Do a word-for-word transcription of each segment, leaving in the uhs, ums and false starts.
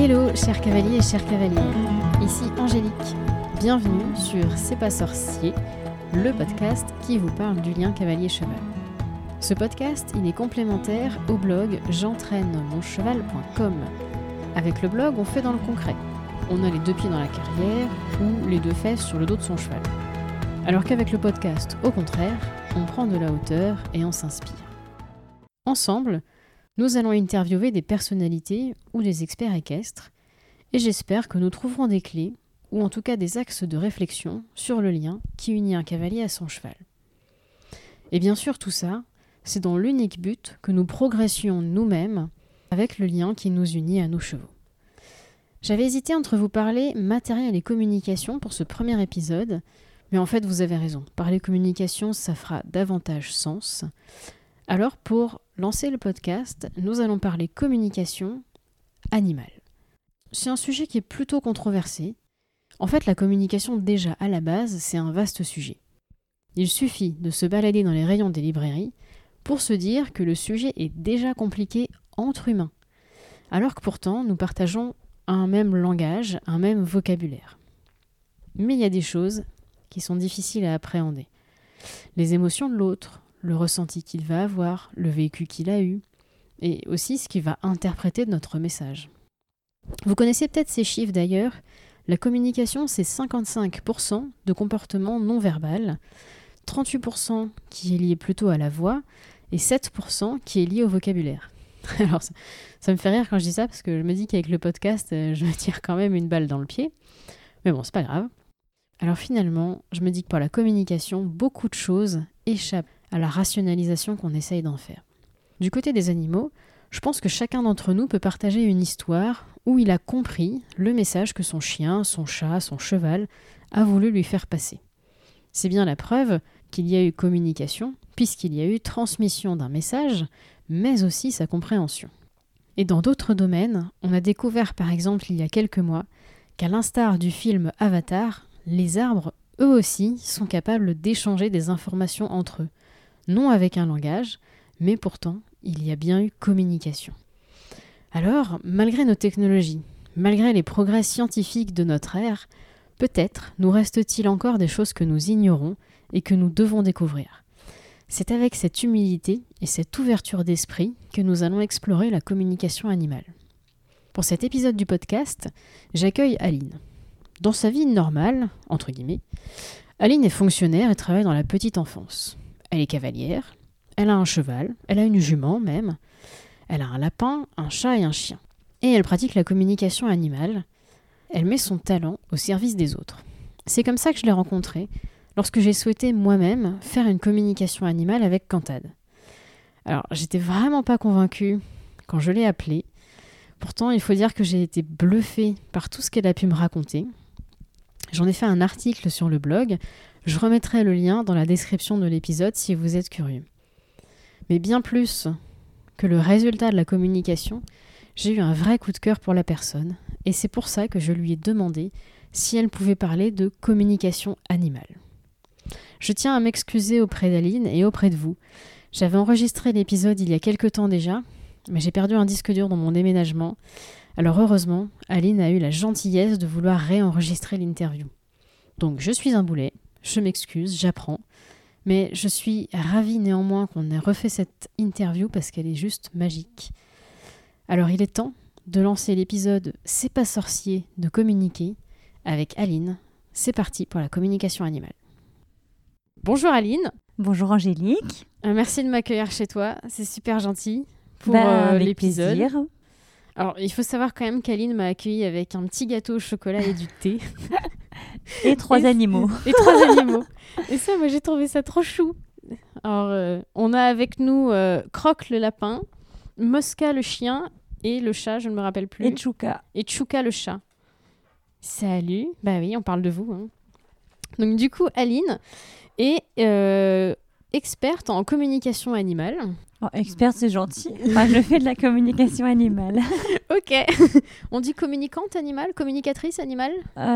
Hello, chers cavaliers et chères cavalières, ici Angélique. Bienvenue sur C'est pas sorcier, le podcast qui vous parle du lien cavalier-cheval. Ce podcast, il est complémentaire au blog j'entraîne mon cheval point com. Avec le blog, on fait dans le concret. On a les deux pieds dans la carrière ou les deux fesses sur le dos de son cheval. Alors qu'avec le podcast, au contraire, on prend de la hauteur et on s'inspire. Ensemble, nous allons interviewer des personnalités ou des experts équestres et j'espère que nous trouverons des clés ou en tout cas des axes de réflexion sur le lien qui unit un cavalier à son cheval. Et bien sûr tout ça, c'est dans l'unique but que nous progressions nous-mêmes avec le lien qui nous unit à nos chevaux. J'avais hésité entre vous parler matériel et communication pour ce premier épisode, mais en fait vous avez raison, parler communication ça fera davantage sens. Alors pour lancer le podcast, nous allons parler communication animale. C'est un sujet qui est plutôt controversé. En fait, la communication déjà à la base, c'est un vaste sujet. Il suffit de se balader dans les rayons des librairies pour se dire que le sujet est déjà compliqué entre humains, alors que pourtant nous partageons un même langage, un même vocabulaire. Mais il y a des choses qui sont difficiles à appréhender. Les émotions de l'autre, le ressenti qu'il va avoir, le vécu qu'il a eu, et aussi ce qu'il va interpréter de notre message. Vous connaissez peut-être ces chiffres d'ailleurs. La communication, c'est cinquante-cinq pour cent de comportement non verbal, trente-huit pour cent qui est lié plutôt à la voix, et sept pour cent qui est lié au vocabulaire. Alors ça, ça me fait rire quand je dis ça, parce que je me dis qu'avec le podcast, je me tire quand même une balle dans le pied. Mais bon, c'est pas grave. Alors finalement, je me dis que pour la communication, beaucoup de choses échappent à la rationalisation qu'on essaye d'en faire. Du côté des animaux, je pense que chacun d'entre nous peut partager une histoire où il a compris le message que son chien, son chat, son cheval a voulu lui faire passer. C'est bien la preuve qu'il y a eu communication, puisqu'il y a eu transmission d'un message, mais aussi sa compréhension. Et dans d'autres domaines, on a découvert par exemple il y a quelques mois qu'à l'instar du film Avatar, les arbres, eux aussi, sont capables d'échanger des informations entre eux. Non avec un langage, mais pourtant, il y a bien eu communication. Alors, malgré nos technologies, malgré les progrès scientifiques de notre ère, peut-être nous reste-t-il encore des choses que nous ignorons et que nous devons découvrir. C'est avec cette humilité et cette ouverture d'esprit que nous allons explorer la communication animale. Pour cet épisode du podcast, j'accueille Aline. Dans sa vie normale, entre guillemets, Aline est fonctionnaire et travaille dans la petite enfance. Elle est cavalière, elle a un cheval, elle a une jument même, elle a un lapin, un chat et un chien. Et elle pratique la communication animale. Elle met son talent au service des autres. C'est comme ça que je l'ai rencontrée, lorsque j'ai souhaité moi-même faire une communication animale avec Cantade. Alors, j'étais vraiment pas convaincue quand je l'ai appelée. Pourtant, il faut dire que j'ai été bluffée par tout ce qu'elle a pu me raconter. J'en ai fait un article sur le blog. Je remettrai le lien dans la description de l'épisode si vous êtes curieux. Mais bien plus que le résultat de la communication, j'ai eu un vrai coup de cœur pour la personne. Et c'est pour ça que je lui ai demandé si elle pouvait parler de communication animale. Je tiens à m'excuser auprès d'Aline et auprès de vous. J'avais enregistré l'épisode il y a quelque temps déjà, mais j'ai perdu un disque dur dans mon déménagement. Alors heureusement, Aline a eu la gentillesse de vouloir réenregistrer l'interview. Donc je suis un boulet, je m'excuse, j'apprends, mais je suis ravie néanmoins qu'on ait refait cette interview parce qu'elle est juste magique. Alors il est temps de lancer l'épisode « C'est pas sorcier » de communiquer avec Aline. C'est parti pour la communication animale. Bonjour Aline. Bonjour Angélique. Euh, merci de m'accueillir chez toi, c'est super gentil pour bah, euh, avec l'épisode. Plaisir. Alors, il faut savoir quand même qu'Aline m'a accueillie avec un petit gâteau au chocolat et du thé. Et trois et, animaux. Et trois animaux. Et ça, moi, j'ai trouvé ça trop chou. Alors, euh, on a avec nous euh, Croc le lapin, Mosca le chien et le chat, je ne me rappelle plus. Et Chouka. Et Chouka le chat. Salut. Bah oui, on parle de vous. Hein. Donc, du coup, Aline est euh, experte en communication animale. Oh, experte, c'est gentil. Enfin, je fais de la communication animale. Ok. On dit communicante animale, communicatrice animale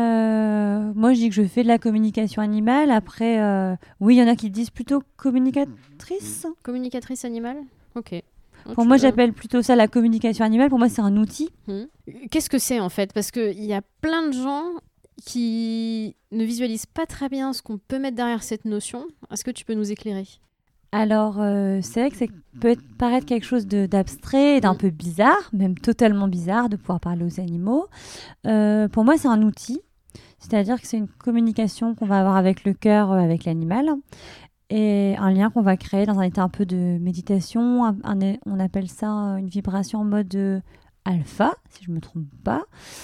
euh, Moi, je dis que je fais de la communication animale. Après, euh, oui, il y en a qui disent plutôt communicatrice. Communicatrice animale. Ok. Pour moi, j'appelle plutôt ça la communication animale. Pour moi, c'est un outil. Mmh. Qu'est-ce que c'est en fait ? Parce qu'il y a plein de gens qui ne visualisent pas très bien ce qu'on peut mettre derrière cette notion. Est-ce que tu peux nous éclairer ? Alors, euh, c'est vrai que ça peut être, paraître quelque chose de, d'abstrait et d'un mmh. peu bizarre, même totalement bizarre de pouvoir parler aux animaux. Euh, pour moi, c'est un outil. C'est-à-dire que c'est une communication qu'on va avoir avec le cœur, euh, avec l'animal. Et un lien qu'on va créer dans un état un peu de méditation. Un, un, on appelle ça une vibration en mode euh, alpha, si je ne me trompe pas.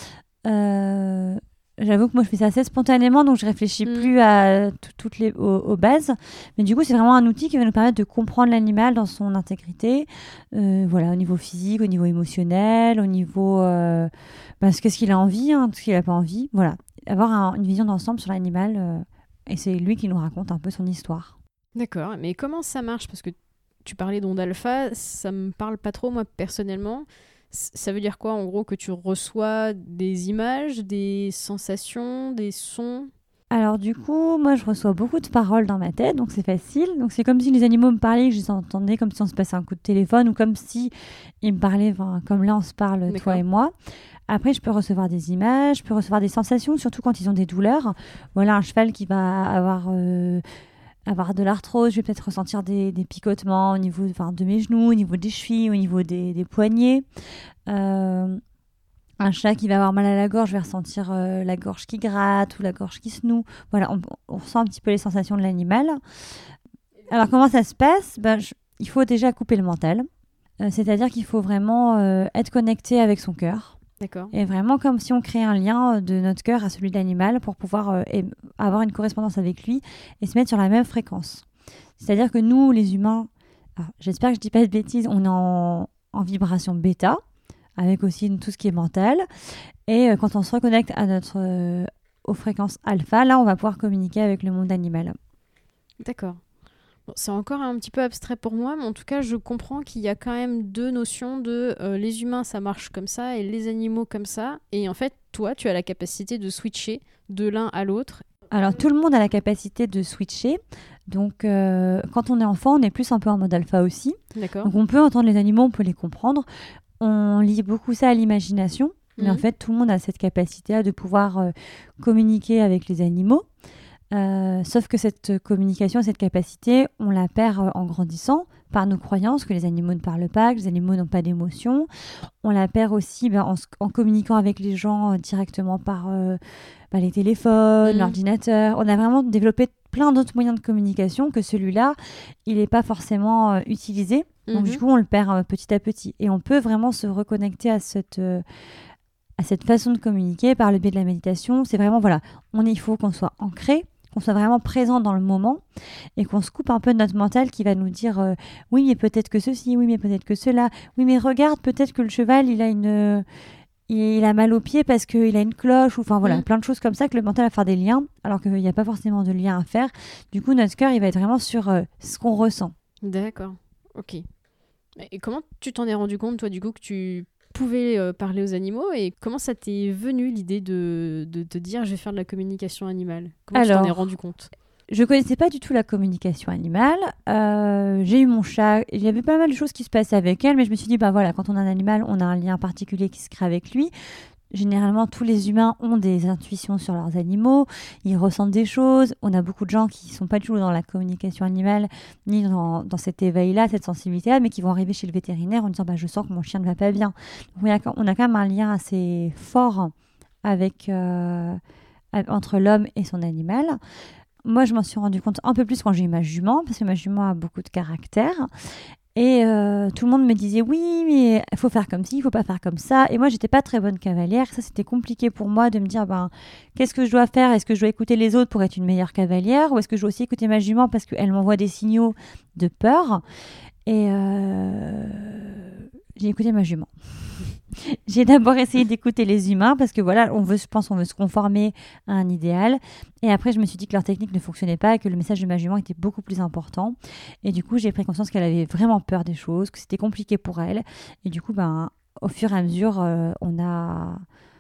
Euh, j'avoue que moi, je fais ça assez spontanément, donc je ne réfléchis mmh. plus à t- toutes les, aux, aux bases. Mais du coup, c'est vraiment un outil qui va nous permettre de comprendre l'animal dans son intégrité. Euh, voilà, au niveau physique, au niveau émotionnel, au niveau... Euh, bah, qu'est-ce qu'il a envie, hein, ce qu'il n'a pas envie. Voilà, avoir un, une vision d'ensemble sur l'animal. Euh, et c'est lui qui nous raconte un peu son histoire. D'accord, mais comment ça marche ? Parce que tu parlais d'onde alpha, ça me parle pas trop moi personnellement. C- ça veut dire quoi en gros ? Que tu reçois des images, des sensations, des sons ? Alors du coup, moi je reçois beaucoup de paroles dans ma tête, donc c'est facile. Donc c'est comme si les animaux me parlaient, que je les entendais, comme si on se passait un coup de téléphone, ou comme si ils me parlaient, comme là on se parle, D'accord. toi et moi. Après, je peux recevoir des images, je peux recevoir des sensations, surtout quand ils ont des douleurs. Voilà, un cheval qui va avoir... Euh, avoir de l'arthrose, je vais peut-être ressentir des, des picotements au niveau enfin, de mes genoux, au niveau des chevilles, au niveau des, des poignets. Euh, un chat qui va avoir mal à la gorge, je vais ressentir euh, la gorge qui gratte ou la gorge qui se noue. Voilà, on, on ressent un petit peu les sensations de l'animal. Alors, comment ça se passe ? Ben, je, il faut déjà couper le mental. Euh, c'est-à-dire qu'il faut vraiment euh, être connecté avec son cœur. D'accord. Et vraiment comme si on créait un lien de notre cœur à celui de l'animal pour pouvoir euh, et, avoir une correspondance avec lui et se mettre sur la même fréquence. C'est-à-dire que nous, les humains, alors, j'espère que je ne dis pas de bêtises, on est en, en vibration bêta, avec aussi tout ce qui est mental. Et euh, quand on se reconnecte à notre, euh, aux fréquences alpha, là, on va pouvoir communiquer avec le monde animal. D'accord. Bon, c'est encore un petit peu abstrait pour moi, mais en tout cas, je comprends qu'il y a quand même deux notions de euh, les humains, ça marche comme ça, et les animaux comme ça. Et en fait, toi, tu as la capacité de switcher de l'un à l'autre. Alors, tout le monde a la capacité de switcher. Donc, euh, quand on est enfant, on est plus un peu en mode alpha aussi. D'accord. Donc, on peut entendre les animaux, on peut les comprendre. On lie beaucoup ça à l'imagination. Mmh. Mais en fait, tout le monde a cette capacité de pouvoir euh, communiquer avec les animaux. Euh, sauf que cette communication, cette capacité, on la perd euh, en grandissant par nos croyances que les animaux ne parlent pas, que les animaux n'ont pas d'émotions. On la perd aussi ben, en, en communiquant avec les gens euh, directement par euh, ben, les téléphones, mmh. l'ordinateur. On a vraiment développé plein d'autres moyens de communication que celui-là, il n'est pas forcément euh, utilisé. Mmh. Donc du coup, on le perd euh, petit à petit. Et on peut vraiment se reconnecter à cette... Euh, à cette façon de communiquer par le biais de la méditation. C'est vraiment, voilà, on, il faut qu'on soit ancré, qu'on soit vraiment présent dans le moment et qu'on se coupe un peu de notre mental qui va nous dire euh, oui, mais peut-être que ceci, oui, mais peut-être que cela, oui, mais regarde, peut-être que le cheval, il a une... Euh, il a mal au pied parce qu'il a une cloche, ou enfin voilà, mmh. plein de choses comme ça que le mental va faire des liens, alors qu'il n'y a pas forcément de lien à faire. Du coup, notre cœur, il va être vraiment sur euh, ce qu'on ressent. D'accord, ok. Et comment tu t'en es rendu compte, toi, du coup, que tu pouvais euh, parler aux animaux, et comment ça t'est venu l'idée de, de te dire je vais faire de la communication animale ? Comment Alors, tu t'en es rendu compte ? Je ne connaissais pas du tout la communication animale. Euh, j'ai eu mon chat. Il y avait pas mal de choses qui se passaient avec elle, mais je me suis dit, bah voilà, quand on a un animal, on a un lien particulier qui se crée avec lui. Généralement, tous les humains ont des intuitions sur leurs animaux, ils ressentent des choses. On a beaucoup de gens qui ne sont pas du tout dans la communication animale, ni dans, dans cet éveil-là, cette sensibilité-là, mais qui vont arriver chez le vétérinaire en disant bah, « je sens que mon chien ne va pas bien ». Donc, on, a, on a quand même un lien assez fort avec, euh, entre l'homme et son animal. Moi, je m'en suis rendu compte un peu plus quand j'ai eu ma jument, parce que ma jument a beaucoup de caractère. Et euh, tout le monde me disait oui, mais il faut faire comme ci, il faut pas faire comme ça. Et moi, j'étais pas très bonne cavalière. Ça, c'était compliqué pour moi de me dire ben, qu'est-ce que je dois faire ? Est-ce que je dois écouter les autres pour être une meilleure cavalière ? Ou est-ce que je dois aussi écouter ma jument parce qu'elle m'envoie des signaux de peur ? Et euh, j'ai écouté ma jument. J'ai d'abord essayé d'écouter les humains parce que voilà, on veut, je pense qu'on veut se conformer à un idéal. Et après, je me suis dit que leur technique ne fonctionnait pas et que le message de ma jument était beaucoup plus important. Et du coup, j'ai pris conscience qu'elle avait vraiment peur des choses, que c'était compliqué pour elle. Et du coup, ben, au fur et à mesure, euh, on a...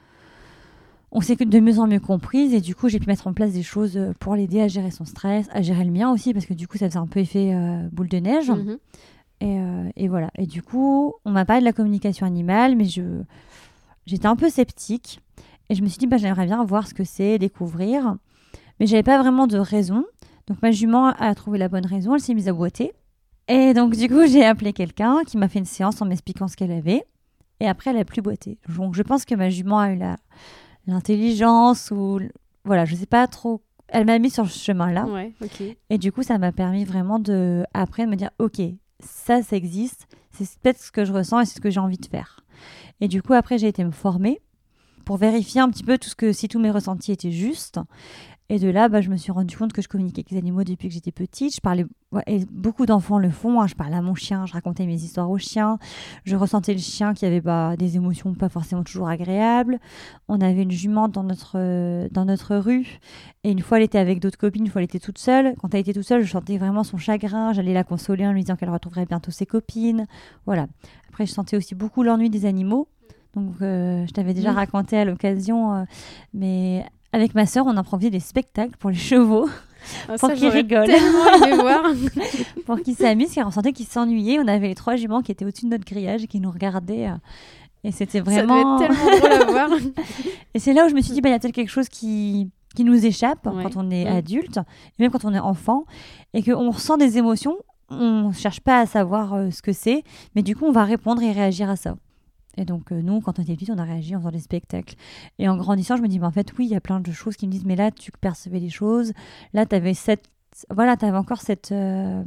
On s'est de mieux en mieux comprise et du coup, j'ai pu mettre en place des choses pour l'aider à gérer son stress, à gérer le mien aussi parce que du coup, ça faisait un peu effet euh, boule de neige. Mmh. Et, euh, et voilà. Et du coup, on m'a parlé de la communication animale, mais je, j'étais un peu sceptique. Et je me suis dit, bah, j'aimerais bien voir ce que c'est, découvrir. Mais j'avais pas vraiment de raison. Donc ma jument a trouvé la bonne raison, elle s'est mise à boiter. Et donc du coup, j'ai appelé quelqu'un qui m'a fait une séance en m'expliquant ce qu'elle avait. Et après, elle a plus boité. Donc je pense que ma jument a eu la, l'intelligence ou... Voilà, je sais pas trop. Elle m'a mis sur ce chemin-là. Ouais, ok. Et du coup, ça m'a permis vraiment de, après, de me dire, ok, ça, ça existe. C'est peut-être ce que je ressens et c'est ce que j'ai envie de faire. Et du coup, après, j'ai été me former pour vérifier un petit peu tout ce que, si tous mes ressentis étaient justes. Et de là, bah, je me suis rendu compte que je communiquais avec les animaux depuis que j'étais petite. Je parlais, ouais, et beaucoup d'enfants le font. Hein. Je parlais à mon chien, je racontais mes histoires au chien. Je ressentais le chien qui avait bah, des émotions pas forcément toujours agréables. On avait une jument dans notre, euh, dans notre rue. Et une fois, elle était avec d'autres copines, une fois, elle était toute seule. Quand elle était toute seule, je sentais vraiment son chagrin. J'allais la consoler en lui disant qu'elle retrouverait bientôt ses copines. Voilà. Après, je sentais aussi beaucoup l'ennui des animaux. Donc, euh, je t'avais déjà mmh. raconté à l'occasion, euh, mais avec ma sœur, on improvisait des spectacles pour les chevaux, ah, pour ça, qu'ils rigolent, tellement aimé voir. pour qu'ils s'amusent, car on sentait qu'ils s'ennuyaient. On avait les trois juments qui étaient au-dessus de notre grillage et qui nous regardaient, euh, et c'était vraiment... Ça devait être tellement drôle à voir. Et c'est là où je me suis dit, bah, y a peut-être quelque chose qui, qui nous échappe ouais. quand on est mmh. adulte, et même quand on est enfant, et qu'on ressent des émotions, on ne cherche pas à savoir euh, ce que c'est, mais du coup, on va répondre et réagir à ça. Et donc, euh, nous, quand on était petite, on a réagi en faisant des spectacles. Et en grandissant, je me dis, bah, en fait, oui, il y a plein de choses qui me disent, mais là, tu percevais les choses. Là, tu avais cette... Voilà, tu avais encore cette, euh...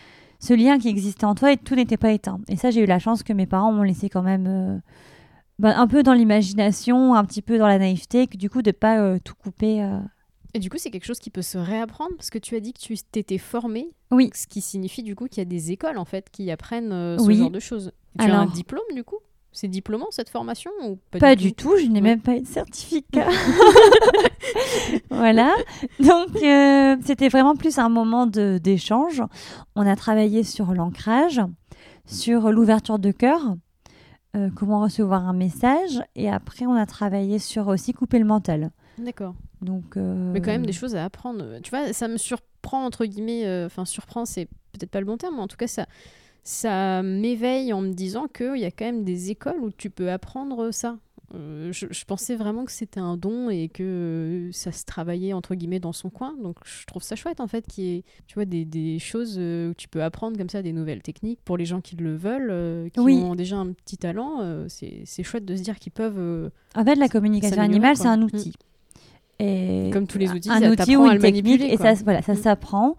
ce lien qui existait en toi et tout n'était pas éteint. Et ça, j'ai eu la chance que mes parents m'ont laissé quand même euh... bah, un peu dans l'imagination, un petit peu dans la naïveté, que du coup, de ne pas euh, tout couper. Euh... Et du coup, c'est quelque chose qui peut se réapprendre parce que tu as dit que tu t'étais formée. Oui. Ce qui signifie du coup qu'il y a des écoles, en fait, qui apprennent euh, ce oui. genre de choses. Tu Alors... as un diplôme, du coup ? C'est diplômant, cette formation ou pas, pas du du tout, tout, je n'ai ouais. même pas eu de certificat. Voilà. Donc, euh, c'était vraiment plus un moment de, d'échange. On a travaillé sur l'ancrage, sur l'ouverture de cœur, euh, comment recevoir un message. Et après, on a travaillé sur aussi couper le mental. D'accord. Donc, euh... mais quand même des choses à apprendre. Tu vois, ça me surprend, entre guillemets, enfin, euh, surprend, c'est peut-être pas le bon terme, mais en tout cas, ça... ça m'éveille en me disant qu'il y a quand même des écoles où tu peux apprendre ça. Euh, je, je pensais vraiment que c'était un don et que ça se travaillait entre guillemets dans son coin. Donc je trouve ça chouette en fait qu'il y ait, tu vois, des, des choses où tu peux apprendre comme ça des nouvelles techniques pour les gens qui le veulent, euh, qui oui. ont déjà un petit talent. Euh, c'est, c'est chouette de se dire qu'ils peuvent... Euh, en fait, la communication animale, quoi. C'est un outil. Mmh. Et comme tous les outils, un ça outil ou à une le technique, manipuler, et quoi. ça, voilà, ça mmh. s'apprend.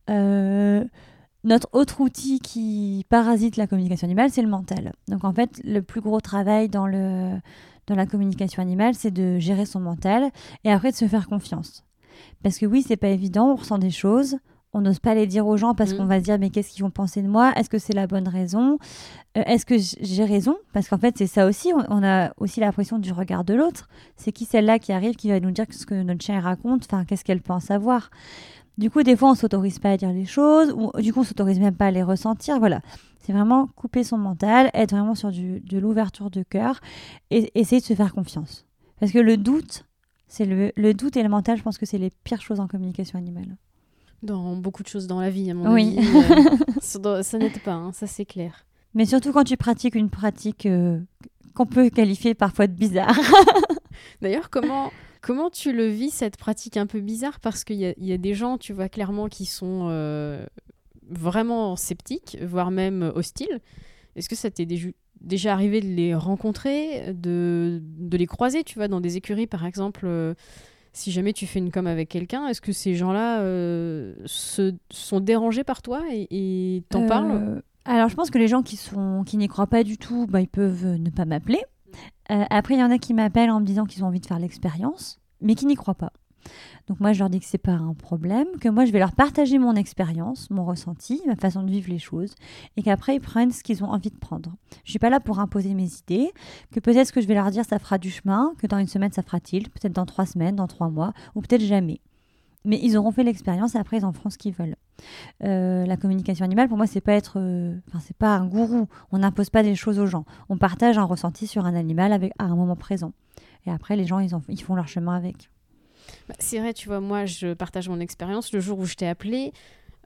Euh... Notre autre outil qui parasite la communication animale, c'est le mental. Donc en fait, le plus gros travail dans, le, dans la communication animale, c'est de gérer son mental et après de se faire confiance. Parce que oui, c'est pas évident, on ressent des choses, on n'ose pas les dire aux gens parce mmh. qu'on va se dire mais qu'est-ce qu'ils vont penser de moi ? Est-ce que c'est la bonne raison ? euh, Est-ce que j'ai raison ? Parce qu'en fait, c'est ça aussi, on, on a aussi la pression du regard de l'autre. C'est qui celle-là qui arrive, qui va nous dire ce que notre chien raconte, enfin qu'est-ce qu'elle pense avoir ? Du coup, des fois, on ne s'autorise pas à dire les choses, ou du coup, on ne s'autorise même pas à les ressentir. Voilà, c'est vraiment couper son mental, être vraiment sur du, de l'ouverture de cœur et essayer de se faire confiance. Parce que le doute, c'est le, le doute et le mental, je pense que c'est les pires choses en communication animale. Dans beaucoup de choses dans la vie, à mon oui. avis. Euh, ça, ça n'aide pas, hein, ça c'est clair. Mais surtout quand tu pratiques une pratique euh, qu'on peut qualifier parfois de bizarre. D'ailleurs, comment... Comment tu le vis, cette pratique un peu bizarre ? Parce qu'il y a, il y a des gens, tu vois, clairement, qui sont euh, vraiment sceptiques, voire même hostiles. Est-ce que ça t'est dé- déjà arrivé de les rencontrer, de, de les croiser, tu vois, dans des écuries, par exemple euh, si jamais tu fais une com avec quelqu'un, est-ce que ces gens-là euh, se, sont dérangés par toi et, et t'en euh, parlent ? Alors, je pense que les gens qui, sont, qui n'y croient pas du tout, bah, ils peuvent ne pas m'appeler. Euh, après, il y en a qui m'appellent en me disant qu'ils ont envie de faire l'expérience, mais qui n'y croient pas. Donc moi, je leur dis que c'est pas un problème, que moi, je vais leur partager mon expérience, mon ressenti, ma façon de vivre les choses, et qu'après, ils prennent ce qu'ils ont envie de prendre. Je suis pas là pour imposer mes idées, que peut-être ce que je vais leur dire, ça fera du chemin, que dans une semaine, ça fera tilt, peut-être dans trois semaines, dans trois mois, ou peut-être jamais. Mais ils auront fait l'expérience et après, ils en feront ce qu'ils veulent. Euh, la communication animale, pour moi, c'est pas être, euh, enfin, c'est pas un gourou. On n'impose pas des choses aux gens. On partage un ressenti sur un animal avec, à un moment présent. Et après, les gens, ils, en, ils font leur chemin avec. Bah, c'est vrai, tu vois, moi, je partage mon expérience. Le jour où je t'ai appelé,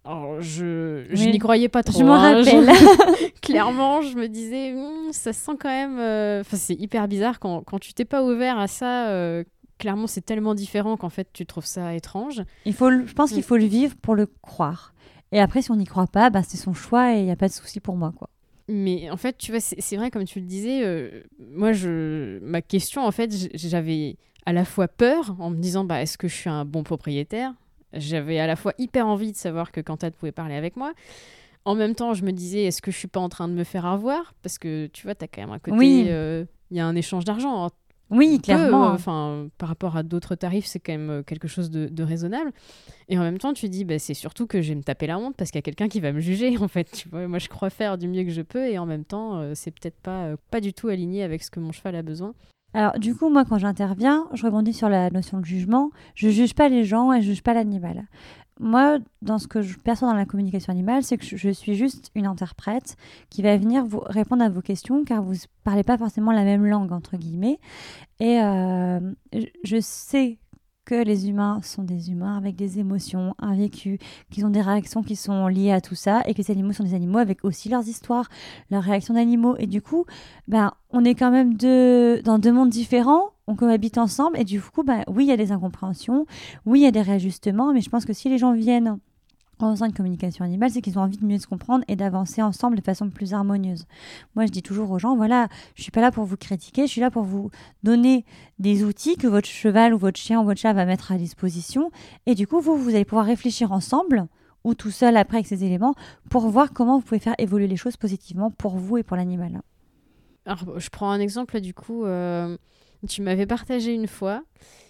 Alors, je, je Oui. n'y croyais pas trop. Je m'en hein. rappelle. Je- Clairement, je me disais, Hm, ça sent quand même... euh, Enfin, c'est hyper bizarre quand, quand tu t'es pas ouvert à ça. euh, Clairement, c'est tellement différent qu'en fait, tu trouves ça étrange. Il faut le- je pense qu'il Mm. faut le vivre pour le croire. Et après, si on n'y croit pas, bah, c'est son choix et il n'y a pas de souci pour moi, quoi. Mais en fait, tu vois, c'est c'est vrai, comme tu le disais, euh, moi, je, ma question, en fait, j- j'avais à la fois peur en me disant, bah, est-ce que je suis un bon propriétaire? J'avais à la fois hyper envie de savoir que Cantat pouvait parler avec moi. En même temps, je me disais, est-ce que je suis pas en train de me faire avoir? Parce que, tu vois, tu as quand même un côté... Oui. euh, Il y a un échange d'argent. hein. Oui, Peu, clairement. euh, Enfin, par rapport à d'autres tarifs, c'est quand même euh, quelque chose de, de raisonnable. Et en même temps, tu te dis, bah, c'est surtout que je vais me taper la honte parce qu'il y a quelqu'un qui va me juger, en fait. Tu vois, moi, je crois faire du mieux que je peux et en même temps, euh, c'est peut-être pas, euh, pas du tout aligné avec ce que mon cheval a besoin. Alors, du coup, moi, quand j'interviens, je rebondis sur la notion de jugement. Je juge pas les gens et je juge pas l'animal. Moi, dans ce que je perçois dans la communication animale, c'est que je, je suis juste une interprète qui va venir vous répondre à vos questions, car vous parlez pas forcément la même langue, entre guillemets. Et euh, je, je sais que les humains sont des humains avec des émotions, un vécu, qu'ils ont des réactions qui sont liées à tout ça, et que les animaux sont des animaux avec aussi leurs histoires, leurs réactions d'animaux. Et du coup, ben, on est quand même deux, dans deux mondes différents, on cohabite ensemble, et du coup, ben, oui, il y a des incompréhensions, oui, il y a des réajustements, mais je pense que si les gens viennent en faisant une communication animale, c'est qu'ils ont envie de mieux se comprendre et d'avancer ensemble de façon plus harmonieuse. Moi, je dis toujours aux gens, voilà, je suis pas là pour vous critiquer, je suis là pour vous donner des outils que votre cheval ou votre chien ou votre chat va mettre à disposition. Et du coup, vous, vous allez pouvoir réfléchir ensemble ou tout seul après avec ces éléments pour voir comment vous pouvez faire évoluer les choses positivement pour vous et pour l'animal. Alors, je prends un exemple, du coup. euh, tu m'avais partagé une fois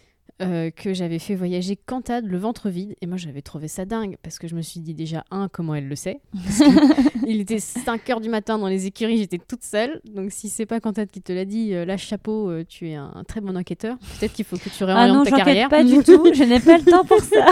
euh, que j'avais fait voyager Cantat le ventre vide. Et moi, j'avais trouvé ça dingue parce que je me suis dit déjà, un, comment elle le sait? Parce que il était cinq heures du matin dans les écuries, j'étais toute seule. Donc, si c'est pas Cantat qui te l'a dit, euh, là, chapeau, euh, tu es un, un très bon enquêteur. Peut-être qu'il faut que tu Ah réorientes non, ta j'enquête carrière. pas du tout, je n'ai pas le temps pour ça.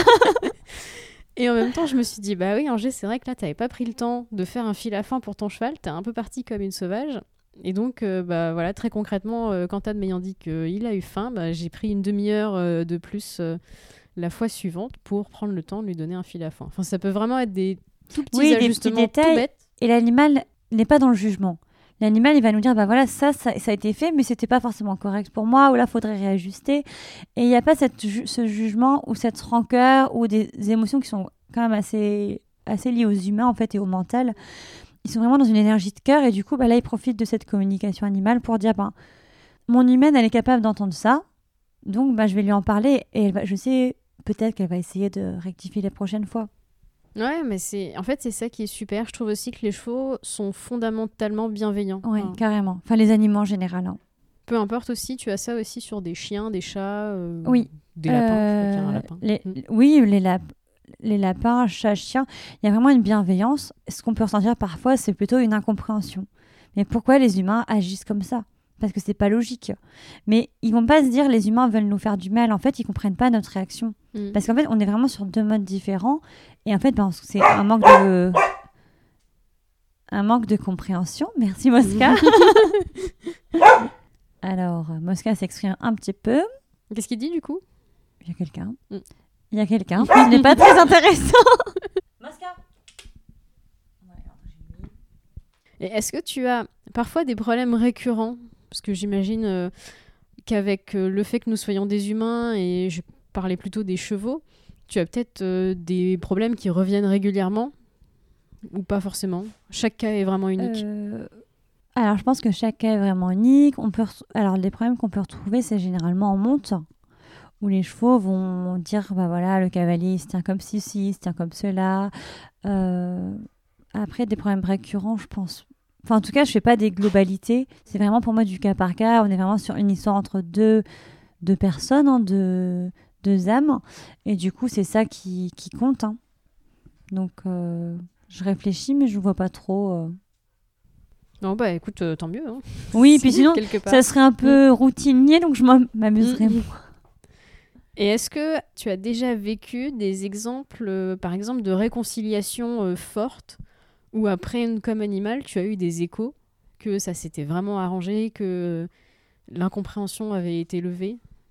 Et en même temps, je me suis dit, bah oui, Angers, c'est vrai que là, t'avais pas pris le temps de faire un fil à fin pour ton cheval. T'es un peu parti comme une sauvage. Et donc, euh, bah voilà, très concrètement, euh, Cantat m'ayant dit qu'il a eu faim, bah, j'ai pris une demi-heure euh, de plus euh, la fois suivante pour prendre le temps de lui donner un fil à fin. Enfin, ça peut vraiment être des tout petits Oui, des petits ajustements détails. tout bêtes. Et l'animal n'est pas dans le jugement. L'animal, il va nous dire, bah voilà, ça, ça, ça a été fait, mais c'était pas forcément correct pour moi, ou là, faudrait réajuster. Et il n'y a pas cette ju- ce jugement ou cette rancœur ou des émotions qui sont quand même assez, assez liées aux humains, en fait, et au mental. Ils sont vraiment dans une énergie de cœur, et du coup, bah là, ils profitent de cette communication animale pour dire, ben, mon humaine, elle est capable d'entendre ça, donc bah, je vais lui en parler, et elle va, je sais, peut-être qu'elle va essayer de rectifier les prochaines fois. Ouais, mais c'est en fait, c'est ça qui est super. Je trouve aussi que les chevaux sont fondamentalement bienveillants. Oui, Enfin, carrément. Enfin, les animaux en général. hein. peu importe aussi, tu as ça aussi sur des chiens, des chats, euh, Oui. des lapins. Je crois qu'il y a un Euh, lapin. les- Mm. Oui, les, lap- les lapins, chats, chiens, il y a vraiment une bienveillance. Ce qu'on peut ressentir parfois, c'est plutôt une incompréhension. Mais pourquoi les humains agissent comme ça? Parce que c'est pas logique. Mais ils vont pas se dire les humains veulent nous faire du mal. En fait, ils comprennent pas notre réaction. Mm. Parce qu'en fait, on est vraiment sur deux modes différents. Et en fait, ben, c'est un manque de... un manque de compréhension. Merci, Mosca. Alors, Mosca s'exprime un petit peu. Qu'est-ce qu'il dit du coup? Il y a quelqu'un. Mm. Il y a quelqu'un. Ce n'est pas très intéressant. Mosca. Et est-ce que tu as parfois des problèmes récurrents? Parce que j'imagine euh, qu'avec euh, le fait que nous soyons des humains, et je parlais plutôt des chevaux, tu as peut-être euh, des problèmes qui reviennent régulièrement? Ou pas forcément? Chaque cas est vraiment unique. Euh, Alors, je pense que chaque cas est vraiment unique. On peut re- Alors, les problèmes qu'on peut retrouver, c'est généralement en monte, où les chevaux vont dire, bah voilà, le cavalier, il se tient comme ceci, il se tient comme cela. Euh, Après, des problèmes récurrents, je pense. Enfin, en tout cas, je fais pas des globalités. C'est vraiment pour moi du cas par cas. On est vraiment sur une histoire entre deux, deux personnes, hein, deux, deux âmes. Et du coup, c'est ça qui, qui compte. hein. Donc, euh, je réfléchis, mais je vois pas trop. euh. Non, bah écoute, euh, tant mieux. Hein. Oui, puis sinon, quelque part. ça serait un peu routinier, donc je m'am- m'amuserais Mm. moins. Et est-ce que tu as déjà vécu des exemples, euh, par exemple, de réconciliation euh, forte, où après une com animale, tu as eu des échos, que ça s'était vraiment arrangé, que l'incompréhension avait été levée?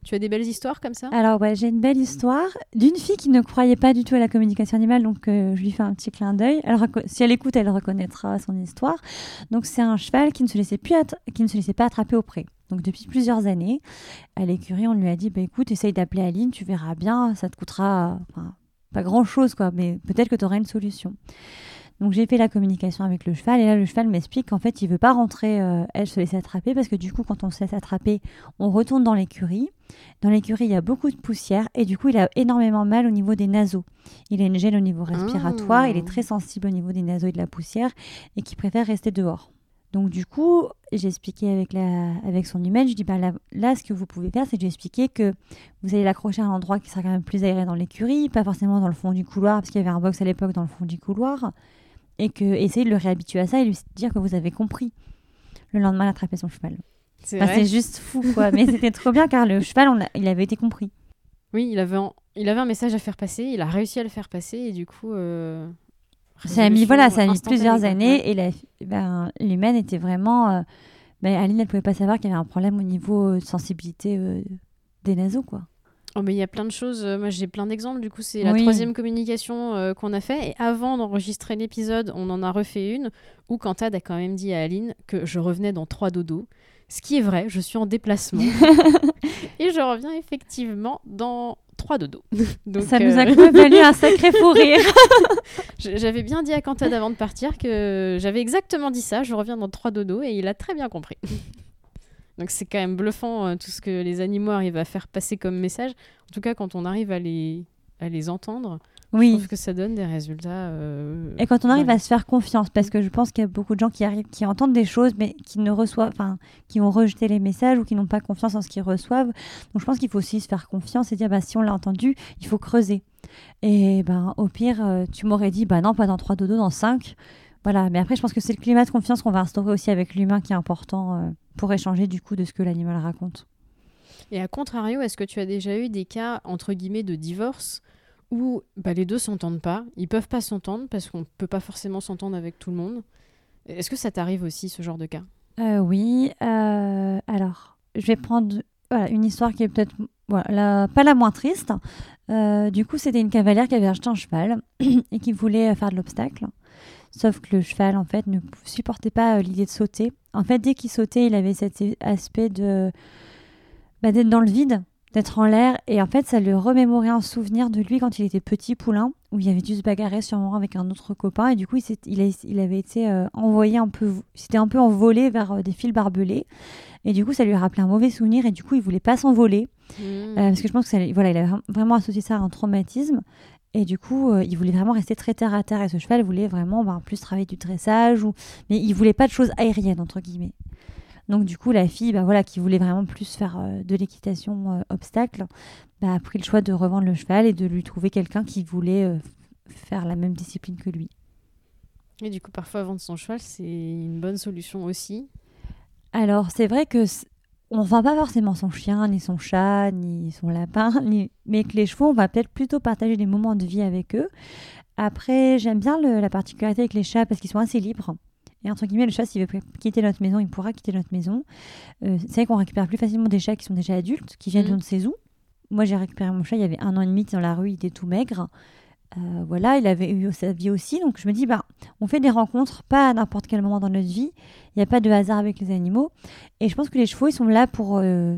Tu as des belles histoires comme ça ? Alors, ouais, j'ai une belle histoire d'une fille qui ne croyait pas du tout à la communication animale, donc euh, je lui fais un petit clin d'œil. Elle reco- si elle écoute, elle reconnaîtra son histoire. Donc, c'est un cheval qui ne se laissait, plus att- qui ne se laissait pas attraper au pré. Donc, depuis plusieurs années, à l'écurie, on lui a dit bah, écoute, essaye d'appeler Aline, tu verras bien, ça te coûtera enfin, pas grand-chose, quoi, mais peut-être que tu auras une solution. Donc j'ai fait la communication avec le cheval et là le cheval m'explique qu'en fait il veut pas rentrer, euh, elle se laisser attraper parce que du coup quand on se laisse attraper on retourne dans l'écurie. Dans l'écurie il y a beaucoup de poussière et du coup il a énormément mal au niveau des naseaux. Il a une gêne au niveau respiratoire, Ah. il est très sensible au niveau des naseaux et de la poussière et qui préfère rester dehors. Donc du coup j'ai expliqué avec, la, avec son humaine, je dis bah là, là ce que vous pouvez faire c'est de lui expliquer que vous allez l'accrocher à un endroit qui sera quand même plus aéré dans l'écurie, pas forcément dans le fond du couloir parce qu'il y avait un box à l'époque dans le fond du couloir. Et que essayer de le réhabituer à ça et lui dire que vous avez compris. Le lendemain, d'attraper son cheval. C'est enfin, vrai. c'est juste fou, quoi. Mais c'était trop bien car le cheval, on a, il avait été compris. Oui, il avait, un, il avait un message à faire passer, il a réussi à le faire passer et du coup... Euh, ça a mis, voilà, ça a mis plusieurs quoi. années Ouais. et la, ben, l'humaine était vraiment... Euh, ben, Aline, elle ne pouvait pas savoir qu'il y avait un problème au niveau de sensibilité euh, des naseaux, quoi. Oh, mais il y a plein de choses. Euh, moi, j'ai plein d'exemples. Du coup, c'est la Oui. troisième communication euh, qu'on a fait. Et avant d'enregistrer l'épisode, on en a refait une où Quentad a quand même dit à Aline que je revenais dans trois dodos. Ce qui est vrai, je suis en déplacement. Et je reviens effectivement dans trois dodos. Donc, ça nous a euh, quand même valu un sacré fou rire. J'avais bien dit à Quentad avant de partir que j'avais exactement dit ça. Je reviens dans trois dodos et il a très bien compris. Donc c'est quand même bluffant euh, tout ce que les animaux arrivent à faire passer comme message. En tout cas, quand on arrive à les, à les entendre, Oui. je trouve que ça donne des résultats. Euh, Et quand on arrive ouais. à se faire confiance, parce que je pense qu'il y a beaucoup de gens qui arrivent, qui entendent des choses, mais qui ne reçoivent, enfin, qui vont rejeter les messages ou qui n'ont pas confiance en ce qu'ils reçoivent. Donc je pense qu'il faut aussi se faire confiance et dire, bah, si on l'a entendu, il faut creuser. Et ben, au pire, euh, tu m'aurais dit, bah non, pas dans trois dodos, dans cinq. Voilà. Mais après, je pense que c'est le climat de confiance qu'on va instaurer aussi avec l'humain qui est important euh, pour échanger du coup de ce que l'animal raconte. Et à contrario, est-ce que tu as déjà eu des cas, entre guillemets, de divorce où bah, les deux s'entendent pas, ils peuvent pas s'entendre parce qu'on peut pas forcément s'entendre avec tout le monde. Est-ce que ça t'arrive aussi, ce genre de cas ? euh, Oui. Euh, alors, je vais prendre voilà, une histoire qui est peut-être voilà, la, pas la moins triste. Euh, du coup, c'était une cavalière qui avait acheté un cheval et qui voulait faire de l'obstacle. Sauf que le cheval, en fait, ne supportait pas euh, l'idée de sauter. En fait, dès qu'il sautait, il avait cet aspect de bah, d'être dans le vide, d'être en l'air. Et en fait, ça lui remémorait un souvenir de lui quand il était petit poulain, où il avait dû se bagarrer sûrement avec un autre copain. Et du coup, il, s'est, il, a, il avait été euh, envoyé un peu... Il s'était un peu envolé vers euh, des fils barbelés. Et du coup, ça lui rappelait un mauvais souvenir. Et du coup, il voulait pas s'envoler. Mmh. Euh, parce que je pense que ça, voilà, il a vraiment associé ça à un traumatisme. Et du coup, euh, il voulait vraiment rester très terre à terre. Et ce cheval voulait vraiment ben, plus travailler du dressage. Ou... Mais il voulait pas de choses aériennes, entre guillemets. Donc du coup, la fille, ben, voilà, qui voulait vraiment plus faire euh, de l'équitation euh, obstacle, ben, a pris le choix de revendre le cheval et de lui trouver quelqu'un qui voulait euh, faire la même discipline que lui. Et du coup, parfois, vendre son cheval, c'est une bonne solution aussi. Alors, c'est vrai que... C'est... On ne vend pas forcément son chien, ni son chat, ni son lapin, ni... mais que les chevaux, on va peut-être plutôt partager des moments de vie avec eux. Après, j'aime bien le, la particularité avec les chats parce qu'ils sont assez libres. Et entre guillemets, le chat, s'il veut quitter notre maison, il pourra quitter notre maison. Euh, c'est vrai qu'on récupère plus facilement des chats qui sont déjà adultes, qui viennent Mmh. de on ne sait où. Moi, j'ai récupéré mon chat, il y avait un an et demi dans la rue, il était tout maigre. Euh, voilà, il avait eu sa vie aussi. Donc, je me dis, bah, on fait des rencontres, pas à n'importe quel moment dans notre vie. Il n'y a pas de hasard avec les animaux. Et je pense que les chevaux, ils sont là pour, euh,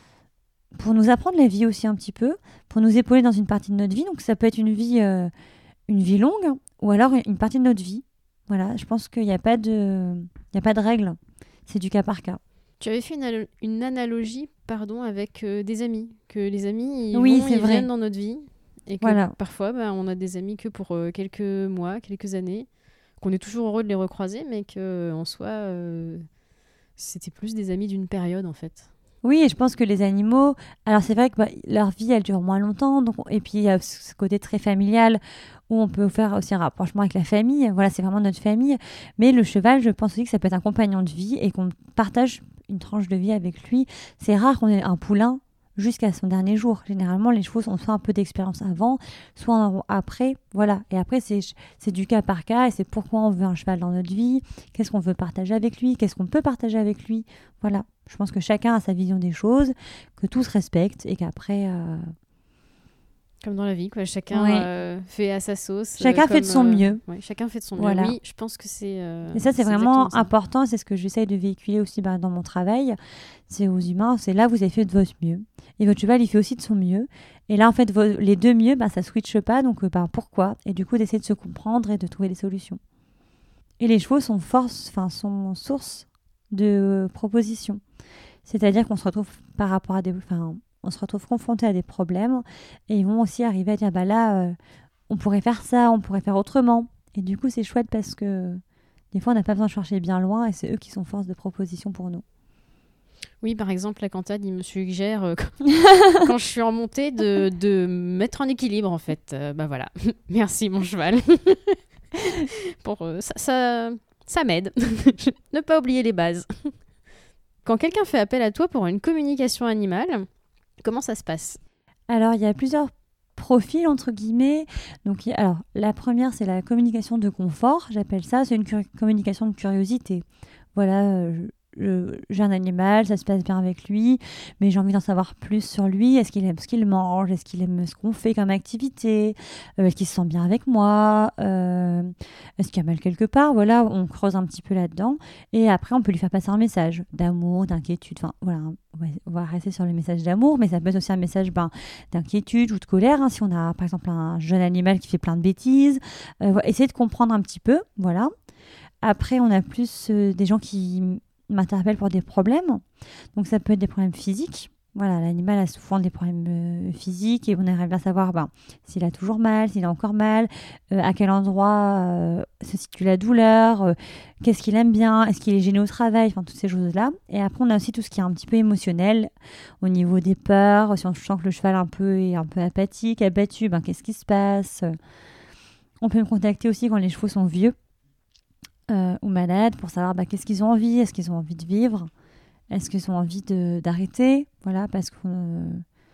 pour nous apprendre la vie aussi un petit peu, pour nous épauler dans une partie de notre vie. Donc, ça peut être une vie, euh, une vie longue ou alors une partie de notre vie. Voilà, je pense qu'il n'y a pas de, il y a pas de règle. C'est du cas par cas. Tu avais fait une, al- une analogie pardon, avec euh, des amis. Que les amis, ils, Oui, vont, c'est ils vrai. viennent dans notre vie. Et que Voilà. parfois, bah, on a des amis que pour euh, quelques mois, quelques années, qu'on est toujours heureux de les recroiser, mais qu'en soi, euh, c'était plus des amis d'une période, en fait. Oui, et je pense que les animaux, alors c'est vrai que bah, leur vie, elle dure moins longtemps, donc, et puis il y a ce côté très familial où on peut faire aussi un rapprochement avec la famille. Voilà, c'est vraiment notre famille. Mais le cheval, je pense aussi que ça peut être un compagnon de vie et qu'on partage une tranche de vie avec lui. C'est rare qu'on ait un poulain jusqu'à son dernier jour. Généralement, les chevaux ont soit un peu d'expérience avant, soit en auront après. Voilà. Et après, c'est, c'est du cas par cas et c'est pourquoi on veut un cheval dans notre vie, qu'est-ce qu'on veut partager avec lui, qu'est-ce qu'on peut partager avec lui. Voilà. Je pense que chacun a sa vision des choses, que tout se respecte et qu'après... Euh... Comme dans la vie, quoi. Chacun oui. euh, fait à sa sauce. Chacun euh, fait de son euh, mieux. Ouais, chacun fait de son voilà. mieux. Oui, je pense que c'est... Euh, et ça, c'est, c'est vraiment ça. important. C'est ce que j'essaye de véhiculer aussi bah, dans mon travail. C'est aux humains. C'est là, vous avez fait de votre mieux. Et votre cheval, il fait aussi de son mieux. Et là, en fait, vo- les deux mieux, bah, ça ne switche pas. Donc, bah, pourquoi ? Et du coup, d'essayer de se comprendre et de trouver des solutions. Et les chevaux sont, force, enfin, sont source de propositions. C'est-à-dire qu'on se retrouve par rapport à des... Enfin, on se retrouve confronté à des problèmes et ils vont aussi arriver à dire bah là euh, on pourrait faire ça, on pourrait faire autrement. Et du coup c'est chouette parce que des fois on n'a pas besoin de chercher bien loin et c'est eux qui sont force de proposition pour nous. Oui, par exemple, la Cantade, il me suggère euh, quand, quand je suis en montée de, de mettre en équilibre en fait. Euh, bah voilà, merci mon cheval. pour euh, ça, ça, ça m'aide. Ne pas oublier les bases. Quand quelqu'un fait appel à toi pour une communication animale, comment ça se passe ? Alors, il y a plusieurs profils, entre guillemets. Donc, y a, alors, la première, c'est la communication de confort, j'appelle ça. C'est une cur- communication de curiosité. Voilà, euh, je, je, j'ai un animal, ça se passe bien avec lui, mais j'ai envie d'en savoir plus sur lui. Est-ce qu'il aime ce qu'il mange ? Est-ce qu'il aime ce qu'on fait comme activité ? euh, Est-ce qu'il se sent bien avec moi ? euh, Est-ce qu'il y a mal quelque part ? Voilà, on creuse un petit peu là-dedans. Et après, on peut lui faire passer un message d'amour, d'inquiétude. Enfin, voilà, on va rester sur le message d'amour, mais ça peut être aussi un message ben, d'inquiétude ou de colère. Hein, si on a, par exemple, un jeune animal qui fait plein de bêtises. Euh, voilà, essayer de comprendre un petit peu, voilà. Après, on a plus euh, des gens qui m'interpellent pour des problèmes. Donc, ça peut être des problèmes physiques. Voilà, l'animal a souvent des problèmes euh, physiques et on aimerait bien savoir ben, s'il a toujours mal, s'il a encore mal, euh, à quel endroit euh, se situe la douleur, euh, qu'est-ce qu'il aime bien, est-ce qu'il est gêné au travail, enfin toutes ces choses-là. Et après, on a aussi tout ce qui est un petit peu émotionnel au niveau des peurs. Si on sent que le cheval un peu, est un peu apathique, abattu, ben, qu'est-ce qui se passe ? On peut me contacter aussi quand les chevaux sont vieux euh, ou malades pour savoir ben, qu'est-ce qu'ils ont envie, est-ce qu'ils ont envie de vivre ? Est-ce qu'ils ont envie de, d'arrêter ? Voilà, parce que euh,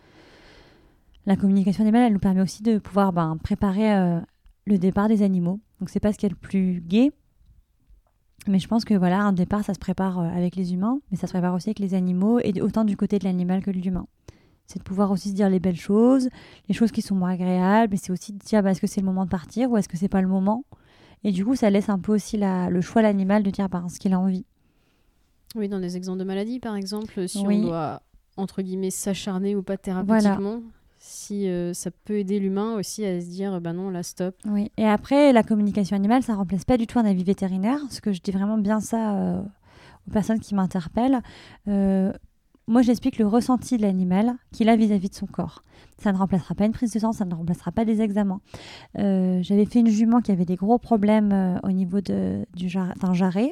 la communication animale, elle nous permet aussi de pouvoir ben, préparer euh, le départ des animaux. Donc, c'est pas ce qui est le plus gai. Mais je pense que voilà, un départ, ça se prépare euh, avec les humains, mais ça se prépare aussi avec les animaux, et autant du côté de l'animal que de l'humain. C'est de pouvoir aussi se dire les belles choses, les choses qui sont moins agréables, mais c'est aussi de dire bah, est-ce que c'est le moment de partir ou est-ce que c'est pas le moment ? Et du coup, ça laisse un peu aussi la, le choix à l'animal de dire bah, ce qu'il a envie. Oui, dans des exemples de maladies, par exemple, si oui. on doit, entre guillemets, s'acharner ou pas thérapeutiquement, voilà. si euh, ça peut aider l'humain aussi à se dire, bah non, là, stop. Oui, et après, la communication animale, ça ne remplace pas du tout un avis vétérinaire, parce que je dis vraiment bien ça euh, aux personnes qui m'interpellent. Euh, moi, j'explique le ressenti de l'animal qu'il a vis-à-vis de son corps. Ça ne remplacera pas une prise de sang, ça ne remplacera pas des examens. Euh, j'avais fait une jument qui avait des gros problèmes euh, au niveau de, du jar- d'un jarret.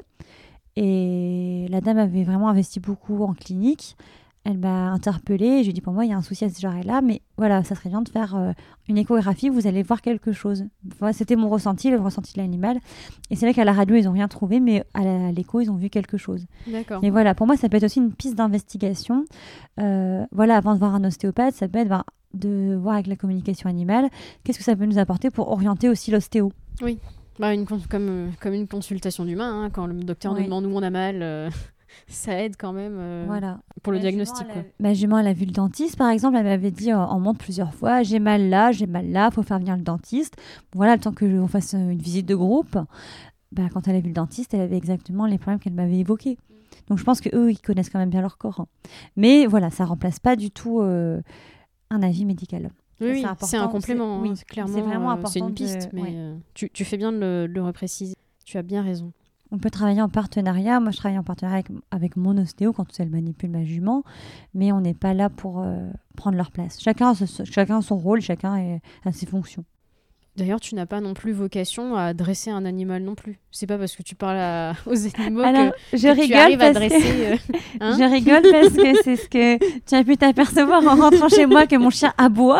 Et la dame avait vraiment investi beaucoup en clinique. Elle m'a interpellée et je lui ai dit, pour moi, il y a un souci à ce jarret-là, mais voilà, ça serait bien de faire euh, une échographie, vous allez voir quelque chose. Voilà, c'était mon ressenti, le ressenti de l'animal. Et c'est vrai qu'à la radio, ils n'ont rien trouvé, mais à, la, à l'écho, ils ont vu quelque chose. D'accord. Et voilà, pour moi, ça peut être aussi une piste d'investigation. Euh, voilà, avant de voir un ostéopathe, ça peut être ben, de voir avec la communication animale, qu'est-ce que ça peut nous apporter pour orienter aussi l'ostéo. Oui. Bah, une con- comme, comme une consultation d'humain, hein, quand le docteur oui. nous demande où on a mal, euh, ça aide quand même euh, voilà. pour le ma diagnostic. Jument, ma jument, elle a vu le dentiste, par exemple, elle m'avait dit en monte plusieurs fois, j'ai mal là, j'ai mal là, il faut faire venir le dentiste. Voilà, le temps que on fasse une visite de groupe, bah, quand elle a vu le dentiste, elle avait exactement les problèmes qu'elle m'avait évoqués. Donc je pense qu'eux, ils connaissent quand même bien leur corps. Hein. Mais voilà, ça ne remplace pas du tout euh, un avis médical. Oui, oui c'est, c'est un complément, c'est, hein, oui, c'est clairement. C'est vraiment important. Euh, c'est une piste, de, mais ouais. euh, tu, tu fais bien de le, de le repréciser. Tu as bien raison. On peut travailler en partenariat. Moi, je travaille en partenariat avec, avec mon ostéo quand elle manipule ma jument, mais on n'est pas là pour euh, prendre leur place. Chacun a, ce, chacun a son rôle, chacun est, a ses fonctions. D'ailleurs, tu n'as pas non plus vocation à dresser un animal non plus. C'est pas parce que tu parles à, aux animaux Alors, que, je que tu arrives à dresser. Que... Euh, hein je rigole parce que c'est ce que tu as pu t'apercevoir en rentrant chez moi que mon chien aboie.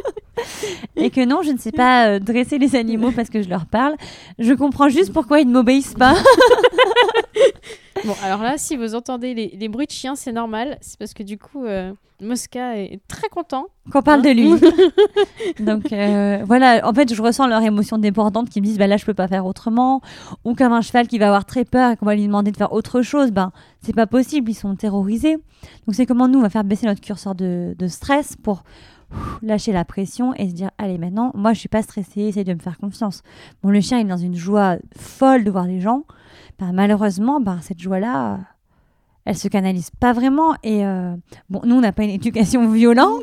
Et que non, je ne sais pas euh, dresser les animaux parce que je leur parle. Je comprends juste pourquoi ils ne m'obéissent pas. Bon, alors là, si vous entendez les, les bruits de chiens, c'est normal. C'est parce que du coup, euh, Mosca est très content. Qu'on parle hein de lui. Donc euh, voilà, en fait, je ressens leur émotion débordante qui me disent bah, là, je peux pas faire autrement. Ou comme un cheval qui va avoir très peur et qu'on va lui demander de faire autre chose, ben, c'est pas possible, ils sont terrorisés. Donc c'est comment nous, on va faire baisser notre curseur de, de stress pour ouf, lâcher la pression et se dire allez, maintenant, moi, je suis pas stressée, essaye de me faire confiance. Bon, le chien, il est dans une joie folle de voir les gens. Ben, malheureusement, ben, cette joie-là, elle se canalise pas vraiment. Et euh, bon, nous, on n'a pas une éducation violente.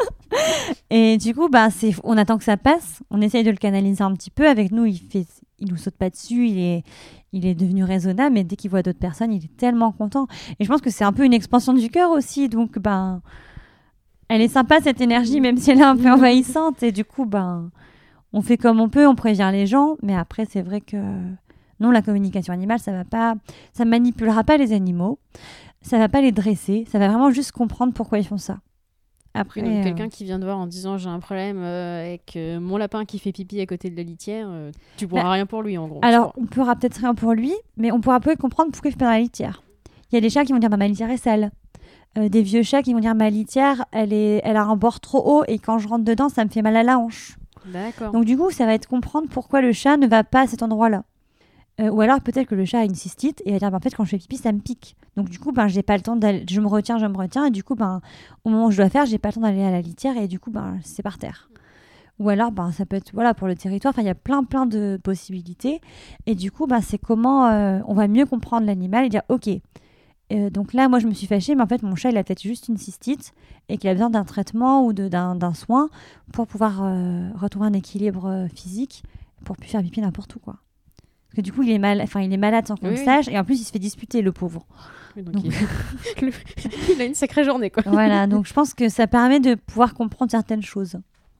Et du coup, ben, c'est, on attend que ça passe. On essaye de le canaliser un petit peu. Avec nous, il fait, il nous saute pas dessus. Il est, il est devenu raisonnable. Mais dès qu'il voit d'autres personnes, il est tellement content. Et je pense que c'est un peu une expansion du cœur aussi. Donc, ben, elle est sympa, cette énergie, même si elle est un peu envahissante. Et du coup, ben, on fait comme on peut. On prévient les gens. Mais après, c'est vrai que non, la communication animale, ça va pas, ça manipulera pas les animaux, ça va pas les dresser, ça va vraiment juste comprendre pourquoi ils font ça. Après, oui, donc, euh... quelqu'un qui vient te voir en disant j'ai un problème euh, avec euh, mon lapin qui fait pipi à côté de la litière, euh, tu pourras bah, rien pour lui en gros. Alors, on pourra peut-être rien pour lui, mais on pourra peut-être comprendre pourquoi il fait pas dans la litière. Il y a des chats qui vont dire bah, ma litière est sale. Euh, des vieux chats qui vont dire ma litière, elle, est, elle a un bord trop haut et quand je rentre dedans, ça me fait mal à la hanche. D'accord. Donc du coup, ça va être comprendre pourquoi le chat ne va pas à cet endroit-là. Euh, ou alors peut-être que le chat a une cystite et il va dire bah, en fait quand je fais pipi ça me pique donc du coup ben j'ai pas le temps d'aller, je me retiens je me retiens et du coup ben au moment où je dois faire j'ai pas le temps d'aller à la litière et du coup ben c'est par terre. Ou alors ben ça peut être voilà pour le territoire, enfin il y a plein plein de possibilités et du coup ben c'est comment euh, on va mieux comprendre l'animal et dire ok euh, donc là moi je me suis fâchée mais en fait mon chat il a peut-être juste une cystite et qu'il a besoin d'un traitement ou de, d'un, d'un soin pour pouvoir euh, retrouver un équilibre euh, physique pour plus faire pipi n'importe où quoi. Parce que du coup, il est, mal... enfin, il est malade sans qu'on oui, le sache. Et en plus, il se fait disputer, le pauvre. Oui, donc donc... Il... il a une sacrée journée, quoi. Voilà, donc je pense que ça permet de pouvoir comprendre certaines choses.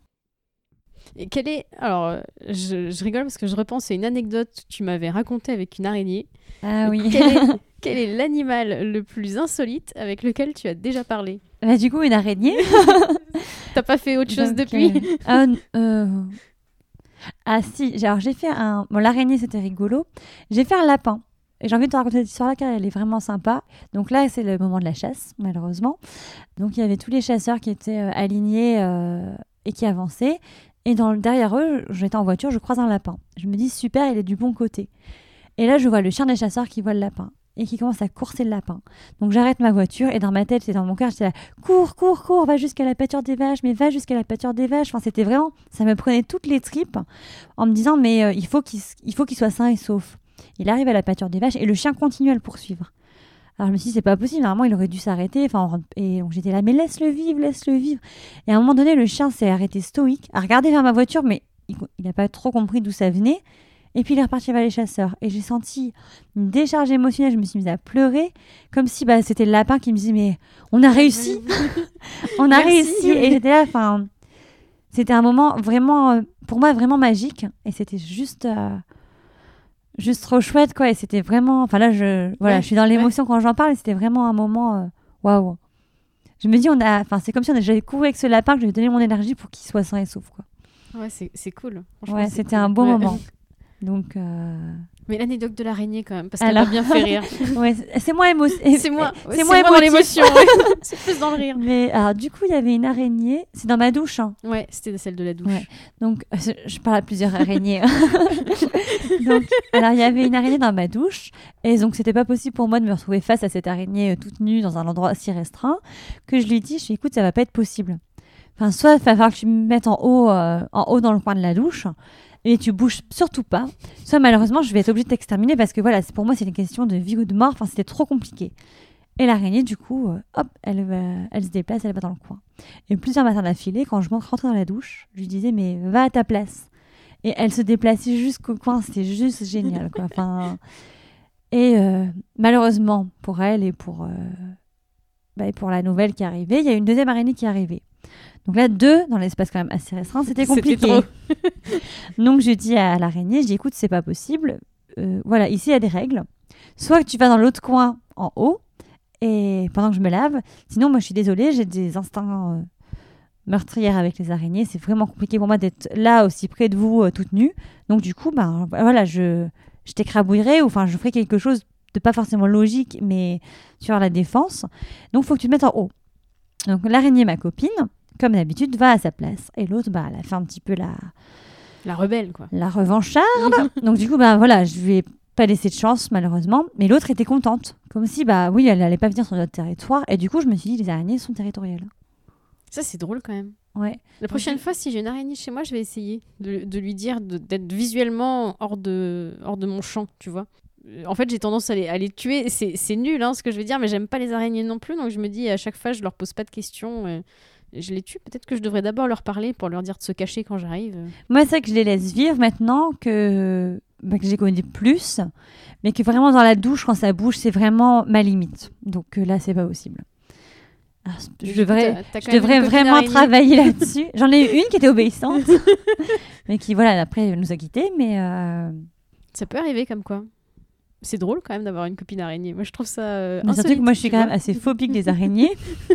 Et quelle est... Alors, je, je rigole parce que je repense à une anecdote que tu m'avais racontée avec une araignée. Ah oui. Quel est, quel est l'animal le plus insolite avec lequel tu as déjà parlé? Bah, du coup, une araignée. T'as pas fait autre chose donc, depuis euh... Ah, euh... Ah si, alors j'ai fait un... Bon, l'araignée, c'était rigolo. J'ai fait un lapin. Et j'ai envie de te raconter cette histoire-là car elle est vraiment sympa. Donc là, c'est le moment de la chasse, malheureusement. Donc il y avait tous les chasseurs qui étaient euh, alignés euh, et qui avançaient. Et dans, derrière eux, j'étais en voiture, je croise un lapin. Je me dis, super, il est du bon côté. Et là, je vois le chien des chasseurs qui voit le lapin et qui commence à courser le lapin. Donc j'arrête ma voiture et dans ma tête, c'est dans mon cœur, j'étais là, cours, cours, cours, va jusqu'à la pâture des vaches, mais va jusqu'à la pâture des vaches. Enfin, c'était vraiment, ça me prenait toutes les tripes en me disant, mais euh, il faut qu'il, il faut qu'il soit sain et sauf. Il arrive à la pâture des vaches et le chien continue à le poursuivre. Alors je me suis dit, c'est pas possible, normalement il aurait dû s'arrêter. Enfin, et donc j'étais là, mais laisse-le vivre, laisse-le vivre. Et à un moment donné, le chien s'est arrêté stoïque, a regardé vers ma voiture, mais il n'a pas trop compris d'où ça venait. Et puis il est reparti vers les chasseurs. Et j'ai senti une décharge émotionnelle. Je me suis mise à pleurer, comme si bah, c'était le lapin qui me disait mais on a réussi, on a Merci. réussi. Et j'étais là, enfin, c'était un moment vraiment, pour moi vraiment magique. Et c'était juste, euh, juste trop chouette quoi. Et c'était vraiment, enfin là je, voilà, ouais, je suis dans l'émotion ouais. quand j'en parle. Et c'était vraiment un moment, waouh. Wow. Je me dis on a, enfin c'est comme si on a, j'avais couru avec ce lapin que je lui ai donné mon énergie pour qu'il soit sain et sauf quoi. Ouais, c'est, c'est cool. Ouais, c'est c'était cool. un beau ouais. moment. Donc, euh... mais l'anecdote de l'araignée quand même, parce qu'elle m'a bien fait rire. ouais, c'est moins émo... c'est moins, c'est c'est moins moins dans l'émotion. Ouais. C'est plus dans le rire. Mais alors, du coup, il y avait une araignée. C'est dans ma douche. Hein. Ouais, c'était celle de la douche. Ouais. Donc, je parle à plusieurs araignées. donc, alors, il y avait une araignée dans ma douche. Et donc, c'était pas possible pour moi de me retrouver face à cette araignée toute nue dans un endroit si restreint que je lui dis, je lui dis, écoute, ça va pas être possible. Enfin, soit il va falloir que tu me mettes en haut, euh, en haut dans le coin de la douche. Et tu bouges surtout pas. Soit malheureusement, je vais être obligée de t'exterminer parce que voilà, c'est, pour moi, c'est une question de vie ou de mort. Enfin, c'était trop compliqué. Et l'araignée, du coup, euh, hop, elle, euh, elle se déplace, elle va dans le coin. Et plusieurs matins d'affilée, quand je rentrais dans la douche, je lui disais, mais va à ta place. Et elle se déplaçait jusqu'au coin. C'était juste génial, quoi. Enfin, et euh, malheureusement, pour elle et pour, euh, bah, et pour la nouvelle qui arrivait, il y a une deuxième araignée qui est arrivée. Donc là, deux, dans l'espace quand même assez restreint, c'était compliqué. C'était trop. Donc, je dis à l'araignée, je dis, écoute, c'est pas possible. Euh, voilà, ici, il y a des règles. Soit que tu vas dans l'autre coin, en haut, et pendant que je me lave. Sinon, moi, je suis désolée, j'ai des instincts euh, meurtriers avec les araignées. C'est vraiment compliqué pour moi d'être là, aussi près de vous, euh, toute nue. Donc, du coup, ben, voilà, je, je t'écrabouillerai, ou enfin, je ferai quelque chose de pas forcément logique, mais sur la défense. Donc, il faut que tu te mettes en haut. Donc, l'araignée, ma copine, comme d'habitude, va à sa place. Et l'autre, bah, elle a fait un petit peu la... La rebelle, quoi. La revancharde. Donc, du coup, bah, voilà, je lui ai pas laissé de chance, malheureusement. Mais l'autre était contente. Comme si, bah oui, elle allait pas venir sur notre territoire. Et du coup, je me suis dit, les araignées sont territoriales. Ça, c'est drôle, quand même. Ouais. La prochaine Donc, fois, si j'ai une araignée chez moi, je vais essayer de, de lui dire de, d'être visuellement hors de, hors de mon champ, tu vois. En fait, j'ai tendance à les, à les tuer. C'est, c'est nul, hein, ce que je veux dire, mais j'aime pas les araignées non plus. Donc, je me dis, à chaque fois, je leur pose pas de questions. Euh, je les tue. Peut-être que je devrais d'abord leur parler pour leur dire de se cacher quand j'arrive. Moi, c'est que je les laisse vivre maintenant que, bah, que j'ai connu plus. Mais que vraiment, dans la douche, quand ça bouge, c'est vraiment ma limite. Donc euh, là, c'est pas possible. Alors, je devrais, t'as, t'as je devrais vraiment araignée. Travailler là-dessus. J'en ai eu une qui était obéissante. mais qui, voilà, après, nous a quittés. Mais euh... ça peut arriver comme quoi. C'est drôle quand même d'avoir une copine araignée. Moi, je trouve ça euh, mais surtout que moi, je suis quand même assez phobique des araignées.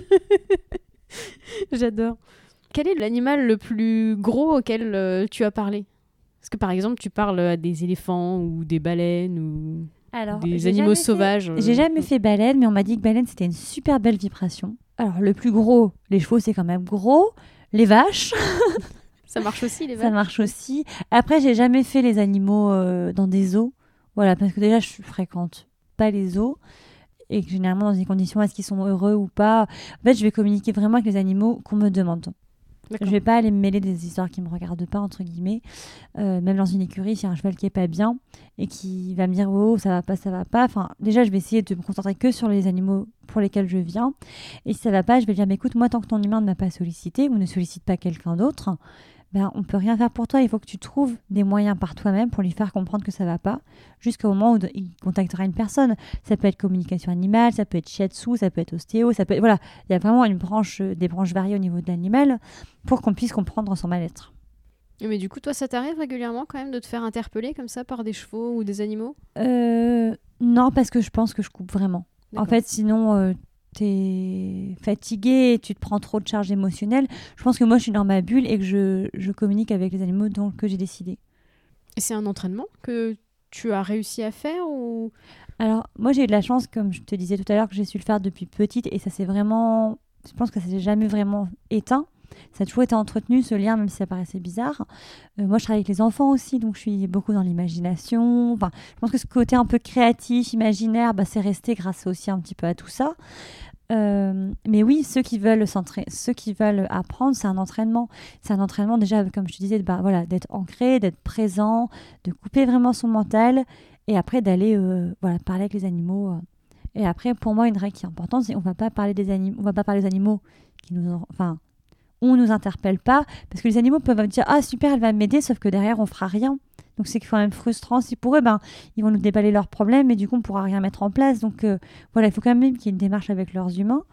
J'adore. Quel est l'animal le plus gros auquel euh, tu as parlé ? Est-ce que par exemple, tu parles à des éléphants ou des baleines ou Alors, des animaux sauvages fait... euh... J'ai jamais fait baleine, mais on m'a dit que baleine, c'était une super belle vibration. Alors, le plus gros, les chevaux, c'est quand même gros. Les vaches... Ça marche aussi, les vaches. Ça marche aussi. Après, j'ai jamais fait les animaux euh, dans des zoos. Voilà, parce que déjà, je fréquente pas les zoos. Et que généralement, dans des conditions, est-ce qu'ils sont heureux ou pas ? En fait, je vais communiquer vraiment avec les animaux qu'on me demande. D'accord. Je vais pas aller me mêler des histoires qui me regardent pas, entre guillemets. Euh, même dans une écurie, s'il y a un cheval qui est pas bien et qui va me dire « Oh, ça va pas, ça va pas ». Enfin, déjà, je vais essayer de me concentrer que sur les animaux pour lesquels je viens. Et si ça va pas, je vais dire « Écoute, moi, tant que ton humain ne m'a pas sollicité ou ne sollicite pas quelqu'un d'autre, ben, on peut rien faire pour toi. Il faut que tu trouves des moyens par toi-même pour lui faire comprendre que ça va pas, jusqu'au moment où il contactera une personne. Ça peut être communication animale, ça peut être shiatsu, ça peut être ostéo, ça peut être... Voilà, il y a vraiment une branche, des branches variées au niveau de l'animal pour qu'on puisse comprendre son mal-être. Mais du coup, toi, ça t'arrive régulièrement quand même de te faire interpeller comme ça par des chevaux ou des animaux ? euh, Non, parce que je pense que je coupe vraiment. D'accord. En fait, sinon... Euh, t'es fatigué et tu te prends trop de charge émotionnelle. Je pense que moi, je suis dans ma bulle et que je, je communique avec les animaux dont, que j'ai décidé. Et c'est un entraînement que tu as réussi à faire ou... Alors, moi, j'ai eu de la chance, comme je te disais tout à l'heure, que j'ai su le faire depuis petite et ça s'est vraiment... Je pense que ça s'est jamais vraiment éteint. Ça a toujours été entretenu, ce lien, même si ça paraissait bizarre. Euh, moi, je travaille avec les enfants aussi, donc je suis beaucoup dans l'imagination. Enfin, je pense que ce côté un peu créatif, imaginaire, bah, c'est resté grâce aussi un petit peu à tout ça. Euh, mais oui, ceux qui veulent s'entraîner, ceux qui veulent apprendre, c'est un entraînement. C'est un entraînement déjà, comme je te disais, bah, voilà, d'être ancré, d'être présent, de couper vraiment son mental et après d'aller euh, voilà, parler avec les animaux. Euh. Et après, pour moi, une règle qui est importante, c'est qu'on ne va pas parler des animaux, on va pas parler des animaux qui nous, ont, enfin, on nous interpelle pas, parce que les animaux peuvent me dire ah super, elle va m'aider, sauf que derrière on fera rien. Donc c'est quand même frustrant. Si pour eux, ben ils vont nous déballer leurs problèmes, et du coup on pourra rien mettre en place. Donc euh, voilà, il faut quand même qu'il y ait une démarche avec leurs humains.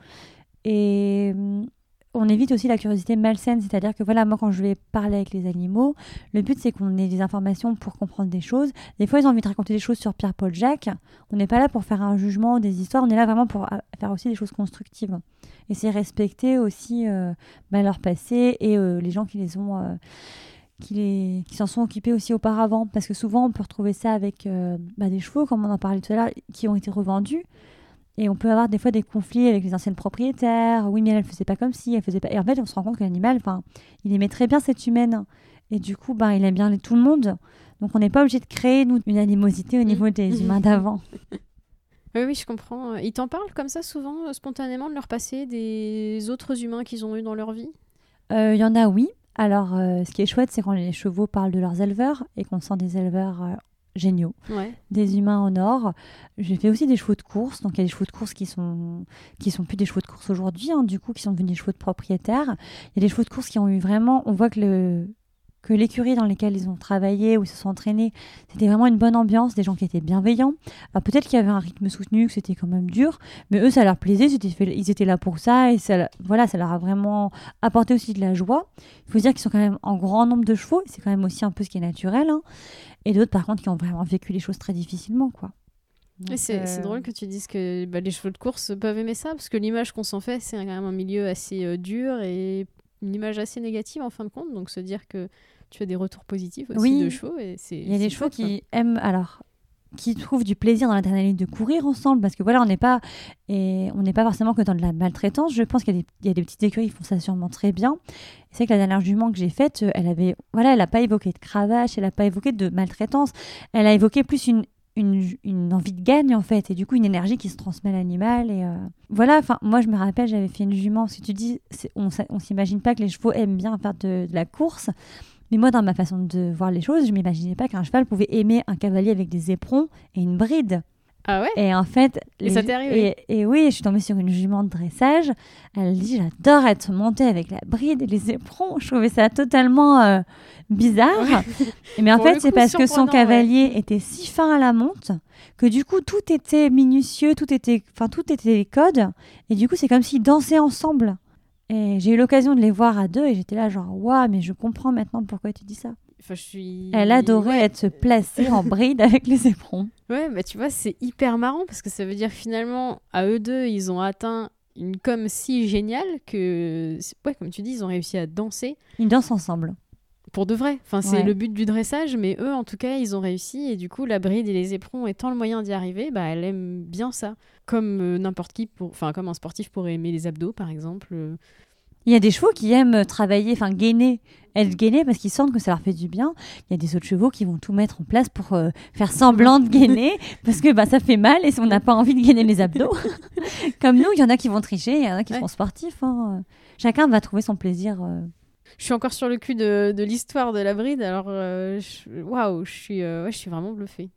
Et euh, on évite aussi la curiosité malsaine, c'est-à-dire que voilà, moi quand je vais parler avec les animaux, le but c'est qu'on ait des informations pour comprendre des choses. Des fois ils ont envie de raconter des choses sur Pierre-Paul Jacques. On n'est pas là pour faire un jugement des histoires, on est là vraiment pour faire aussi des choses constructives. Et c'est respecter aussi euh, bah, leur passé et euh, les gens qui les ont, euh, qui, les, qui s'en sont occupés aussi auparavant. Parce que souvent, on peut retrouver ça avec euh, bah, des chevaux, comme on en parlait tout à l'heure, qui ont été revendus. Et on peut avoir des fois des conflits avec les anciennes propriétaires. Oui, mais elle ne faisait pas comme si, elle faisait pas... Et en fait, on se rend compte que l'animal, il aimait très bien cette humaine. Et du coup, bah, il aime bien tout le monde. Donc, on n'est pas obligé de créer, nous, une animosité au niveau des humains d'avant. Oui, oui, je comprends. Ils t'en parlent comme ça souvent, euh, spontanément, de leur passé, des autres humains qu'ils ont eu dans leur vie ? Il euh, y en a, oui. Alors, euh, ce qui est chouette, c'est quand les chevaux parlent de leurs éleveurs et qu'on sent des éleveurs euh, géniaux, ouais. Des humains en or. J'ai fait aussi des chevaux de course. Donc, il y a des chevaux de course qui sont, qui sont plus des chevaux de course aujourd'hui, hein, du coup, qui sont devenus des chevaux de propriétaires. Il y a des chevaux de course qui ont eu vraiment... On voit que le... que l'écurie dans lesquelles ils ont travaillé, où ils se sont entraînés, c'était vraiment une bonne ambiance, des gens qui étaient bienveillants. Alors peut-être qu'il y avait un rythme soutenu, que c'était quand même dur, mais eux, ça leur plaisait, c'était fait, ils étaient là pour ça, et ça, voilà, ça leur a vraiment apporté aussi de la joie. Il faut dire qu'ils sont quand même en grand nombre de chevaux, c'est quand même aussi un peu ce qui est naturel, hein. Et d'autres, par contre, qui ont vraiment vécu les choses très difficilement, quoi. Donc, c'est, euh... c'est drôle que tu dises que bah, les chevaux de course peuvent aimer ça, parce que l'image qu'on s'en fait, c'est quand même un milieu assez euh, dur et une image assez négative en fin de compte, donc se dire que tu as des retours positifs aussi oui. de chevaux. Et c'est, il y a des chevaux qui quoi. aiment, alors qui trouvent du plaisir dans l'adrénaline de courir ensemble, parce que voilà, on n'est pas, et on n'est pas forcément que dans de la maltraitance. Je pense qu'il y a des, il y a des petites écuries qui font ça sûrement très bien. C'est que la dernière jument que j'ai faite, elle avait, voilà, elle n'a pas évoqué de cravache, elle n'a pas évoqué de maltraitance, elle a évoqué plus une, une, une envie de gagne en fait, et du coup une énergie qui se transmet à l'animal. Et euh, voilà, enfin moi je me rappelle, j'avais fait une jument, parce que tu dis, c'est, on, on s'imagine pas que les chevaux aiment bien faire de, de la course. Mais moi, dans ma façon de voir les choses, je m'imaginais pas qu'un cheval pouvait aimer un cavalier avec des éperons et une bride. Ah ouais? Et en fait... Et les... ça t'est arrivé? Et, et oui, je suis tombée sur une jument de dressage. Elle dit, j'adore être montée avec la bride et les éperons. Je trouvais ça totalement euh, bizarre. Ouais. Mais en fait, c'est parce que son cavalier ouais. était si fin à la monte que du coup, tout était minutieux, tout était, enfin, tout était les codes. Et du coup, c'est comme s'ils dansaient ensemble. Et j'ai eu l'occasion de les voir à deux et j'étais là genre waouh, mais je comprends maintenant pourquoi tu dis ça. Enfin, je suis... Elle adorait ouais. être placée en bride avec les éperons. Ouais, bah tu vois, c'est hyper marrant parce que ça veut dire finalement, à eux deux, ils ont atteint une com si géniale que, ouais, comme tu dis, ils ont réussi à danser. Ils dansent ensemble. Pour de vrai. Enfin, c'est ouais. le but du dressage, mais eux, en tout cas, ils ont réussi. Et du coup, la bride et les éperons étant le moyen d'y arriver, bah, elle aime bien ça. Comme euh, n'importe qui, pour... enfin, comme un sportif pourrait aimer les abdos, par exemple. Euh... Il y a des chevaux qui aiment travailler, enfin gainer, être gainés parce qu'ils sentent que ça leur fait du bien. Il y a des autres chevaux qui vont tout mettre en place pour euh, faire semblant de gainer parce que bah, ça fait mal et on n'a pas envie de gainer les abdos. Comme nous, il y en a qui vont tricher, il y en a qui ouais. sont sportifs. Hein. Chacun va trouver son plaisir. Euh... Je suis encore sur le cul de, de l'histoire de la bride, alors waouh, je... Wow, je, suis, euh, ouais, je suis vraiment bluffée.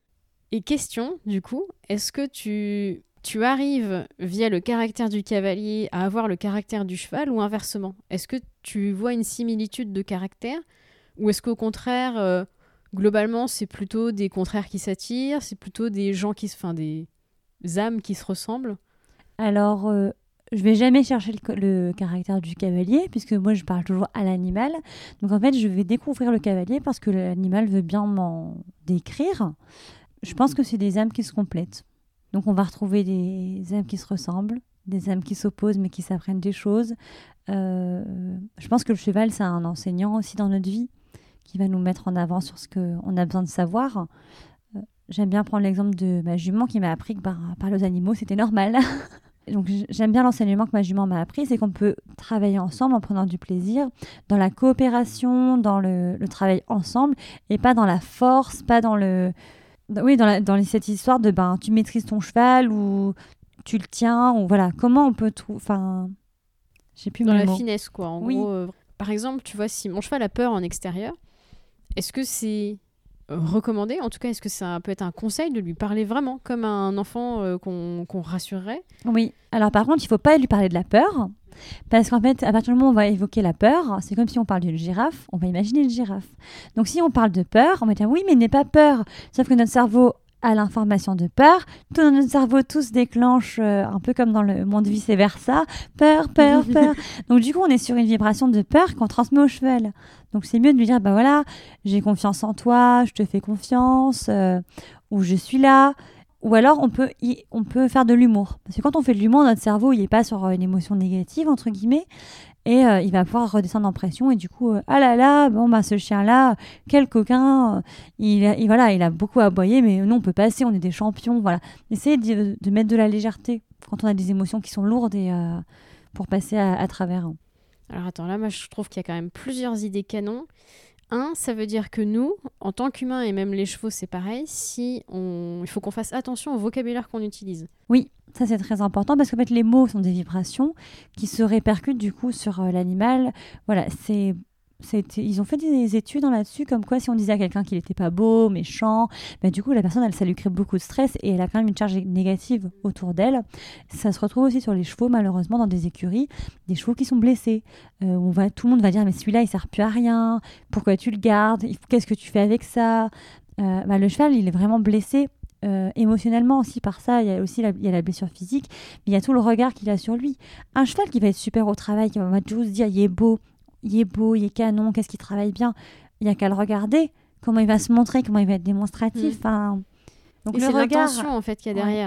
Et question, du coup, est-ce que tu... tu arrives, via le caractère du cavalier, à avoir le caractère du cheval ou inversement? Est-ce que tu vois une similitude de caractère ou est-ce qu'au contraire, euh, globalement, c'est plutôt des contraires qui s'attirent, c'est plutôt des gens qui se... Enfin, des âmes qui se ressemblent? Alors, euh, je vais jamais chercher le, le caractère du cavalier puisque moi, je parle toujours à l'animal. Donc, en fait, je vais découvrir le cavalier parce que l'animal veut bien m'en décrire. Je pense que c'est des âmes qui se complètent. Donc, on va retrouver des âmes qui se ressemblent, des âmes qui s'opposent mais qui s'apprennent des choses. Euh, je pense que le cheval, c'est un enseignant aussi dans notre vie qui va nous mettre en avant sur ce qu'on a besoin de savoir. Euh, j'aime bien prendre l'exemple de ma jument qui m'a appris que par, parler aux animaux, c'était normal. Donc, j'aime bien l'enseignement que ma jument m'a appris, c'est qu'on peut travailler ensemble en prenant du plaisir, dans la coopération, dans le, le travail ensemble, et pas dans la force, pas dans le... Oui, dans, la, dans cette histoire de ben, tu maîtrises ton cheval ou tu le tiens, ou voilà. Comment on peut trouver. Enfin, j'ai plus Dans mes la mots. finesse, quoi. En oui. gros, euh, par exemple, tu vois, si mon cheval a peur en extérieur, est-ce que c'est recommandé? En tout cas, est-ce que ça peut être un conseil de lui parler vraiment comme un enfant euh, qu'on, qu'on rassurerait? Oui. Alors, par contre, il ne faut pas lui parler de la peur. Parce qu'en fait, à partir du moment où on va évoquer la peur, c'est comme si on parle d'une girafe, on va imaginer une girafe. Donc si on parle de peur, on va dire oui, mais n'aie pas peur. Sauf que notre cerveau a l'information de peur. Tout dans notre cerveau, tout se déclenche euh, un peu comme dans le monde vice-versa. Peur, peur, peur. Donc du coup, on est sur une vibration de peur qu'on transmet au cheval. Donc c'est mieux de lui dire, bah voilà, j'ai confiance en toi, je te fais confiance, euh, ou je suis là. Ou alors, on peut, y, on peut faire de l'humour. Parce que quand on fait de l'humour, notre cerveau, il n'est pas sur une émotion négative, entre guillemets, et euh, il va pouvoir redescendre en pression. Et du coup, euh, ah là là, bon, bah, ce chien-là, quel coquin, euh, il, a, il, voilà, il a beaucoup aboyé, mais nous, on peut passer, on est des champions. Voilà. Essayez de, de mettre de la légèreté quand on a des émotions qui sont lourdes et, euh, pour passer à, à travers. Alors attends, là, moi, je trouve qu'il y a quand même plusieurs idées canons. Un, ça veut dire que nous, en tant qu'humains, et même les chevaux, c'est pareil, si on... il faut qu'on fasse attention au vocabulaire qu'on utilise. Oui, ça c'est très important parce qu'en fait, les mots sont des vibrations qui se répercutent du coup sur euh, l'animal. Voilà, c'est... C'est... Ils ont fait des études là-dessus, comme quoi si on disait à quelqu'un qu'il n'était pas beau, méchant, ben, du coup la personne, elle, ça lui crée beaucoup de stress et elle a quand même une charge négative autour d'elle. Ça se retrouve aussi sur les chevaux, malheureusement, dans des écuries, des chevaux qui sont blessés. Euh, on va, tout le monde va dire, mais celui-là, il ne sert plus à rien, pourquoi tu le gardes, qu'est-ce que tu fais avec ça? euh, ben, Le cheval, il est vraiment blessé. Euh, émotionnellement aussi par ça, il y a aussi la, il y a la blessure physique, mais il y a tout le regard qu'il a sur lui. Un cheval qui va être super au travail, qui va toujours se dire, il est beau, il est beau, il est canon, qu'est-ce qu'il travaille bien. Il n'y a qu'à le regarder, comment il va se montrer, comment il va être démonstratif. Mmh. Enfin, donc et le c'est regard... l'intention en fait qu'il y a derrière. Ouais.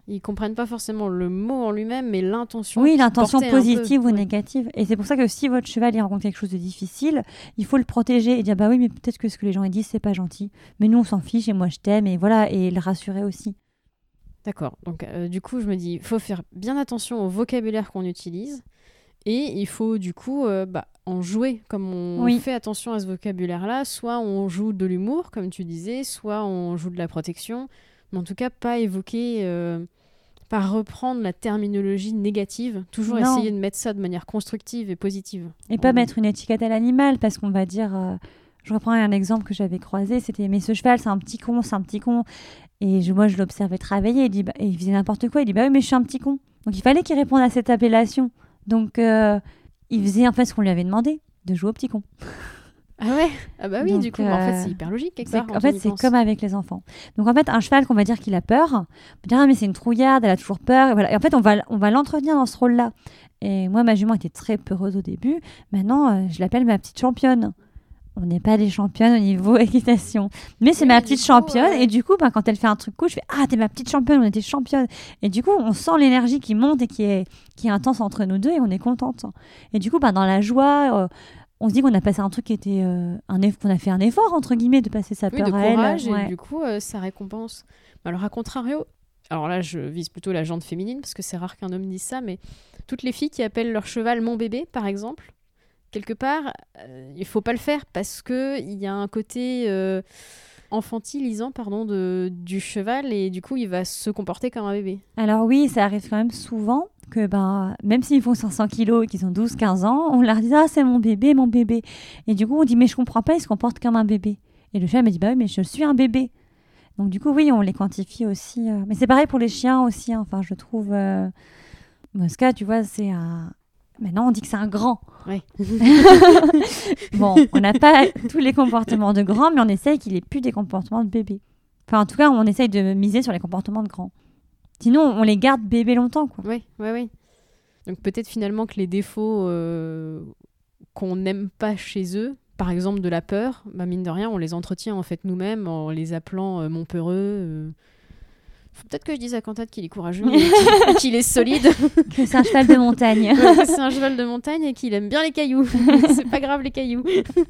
Ils comprennent pas forcément le mot en lui-même, mais l'intention. Oui, l'intention portée positive un peu. ou Ouais. négative. Et c'est pour ça que si votre cheval il rencontre quelque chose de difficile, il faut le protéger et dire bah oui, mais peut-être que ce que les gens ils disent c'est pas gentil. Mais nous on s'en fiche et moi je t'aime et voilà et le rassurer aussi. D'accord. Donc, euh, du coup, je me dis, il faut faire bien attention au vocabulaire qu'on utilise. Et il faut, du coup, euh, bah, en jouer. Comme on Oui. fait attention à ce vocabulaire-là, soit on joue de l'humour, comme tu disais, soit on joue de la protection. Mais en tout cas, pas évoquer, euh, pas reprendre la terminologie négative. Toujours Non. essayer de mettre ça de manière constructive et positive. Et pas En- mettre une étiquette à l'animal parce qu'on va dire. euh, Je reprends un exemple que j'avais croisé, c'était mais ce cheval c'est un petit con, c'est un petit con. Et je, moi je l'observais travailler, il, dit, bah, et il faisait n'importe quoi, il dit bah oui mais je suis un petit con. Donc il fallait qu'il réponde à cette appellation. Donc euh, il faisait en fait ce qu'on lui avait demandé, de jouer au petit con. Ah ouais. Ah bah oui, Donc, du coup, bah, en fait, euh, c'est hyper logique quelque C'est- part. quand en on fait y c'est pense. comme avec les enfants. Donc en fait un cheval qu'on va dire qu'il a peur, on va dire ah mais c'est une trouillarde, elle a toujours peur. Et, voilà. Et en fait on va, on va l'entretenir dans ce rôle-là. Et moi ma jument était très peureuse au début, maintenant euh, je l'appelle ma petite championne. On n'est pas des championnes au niveau équitation. Mais c'est Oui, ma mais du petite coup, championne. euh, Et du coup, ben, quand elle fait un truc cool, je fais ah, t'es ma petite championne, on était championne. Et du coup, on sent l'énergie qui monte et qui est, qui est intense entre nous deux et on est contente. Et du coup, ben, dans la joie, euh, on se dit qu'on a passé un truc qui était. Euh, un eff- qu'on a fait un effort, entre guillemets, de passer sa Oui, peur de à elle. courage, et Ouais. du coup, euh, ça récompense. Alors, à contrario, alors là, je vise plutôt la jante féminine, parce que c'est rare qu'un homme dise ça, mais toutes les filles qui appellent leur cheval mon bébé, par exemple, quelque part, euh, il faut pas le faire, parce qu'il y a un côté euh, infantilisant pardon, de, du cheval, et du coup, il va se comporter comme un bébé. Alors oui, ça arrive quand même souvent que ben, même s'ils font cinq cents kilos et qu'ils ont douze quinze ans, on leur dit « Ah, c'est mon bébé, mon bébé ». Et du coup, on dit « Mais je comprends pas, il se comporte comme un bébé ». Et le cheval me dit « Bah oui, mais je suis un bébé ». Donc du coup, oui, on les quantifie aussi. euh. Mais c'est pareil pour les chiens aussi. hein. Enfin, je trouve... Euh... Mosca, tu vois, c'est un... Maintenant, on dit que c'est un grand. Ouais. Bon, on n'a pas tous les comportements de grand, mais on essaye qu'il ait plus des comportements de bébé. Enfin, en tout cas, on essaye de miser sur les comportements de grand. Sinon, on les garde bébés longtemps, quoi. Oui, oui, oui. Donc peut-être finalement que les défauts euh, qu'on n'aime pas chez eux, par exemple de la peur, bah mine de rien, on les entretient en fait nous-mêmes en les appelant euh, mon peureux. Euh... Faut peut-être que je dise à Cantate qu'il est courageux, et qu'il- qu'il est solide, Que c'est un cheval de montagne. que c'est un cheval de montagne et qu'il aime bien les cailloux. C'est pas grave les cailloux.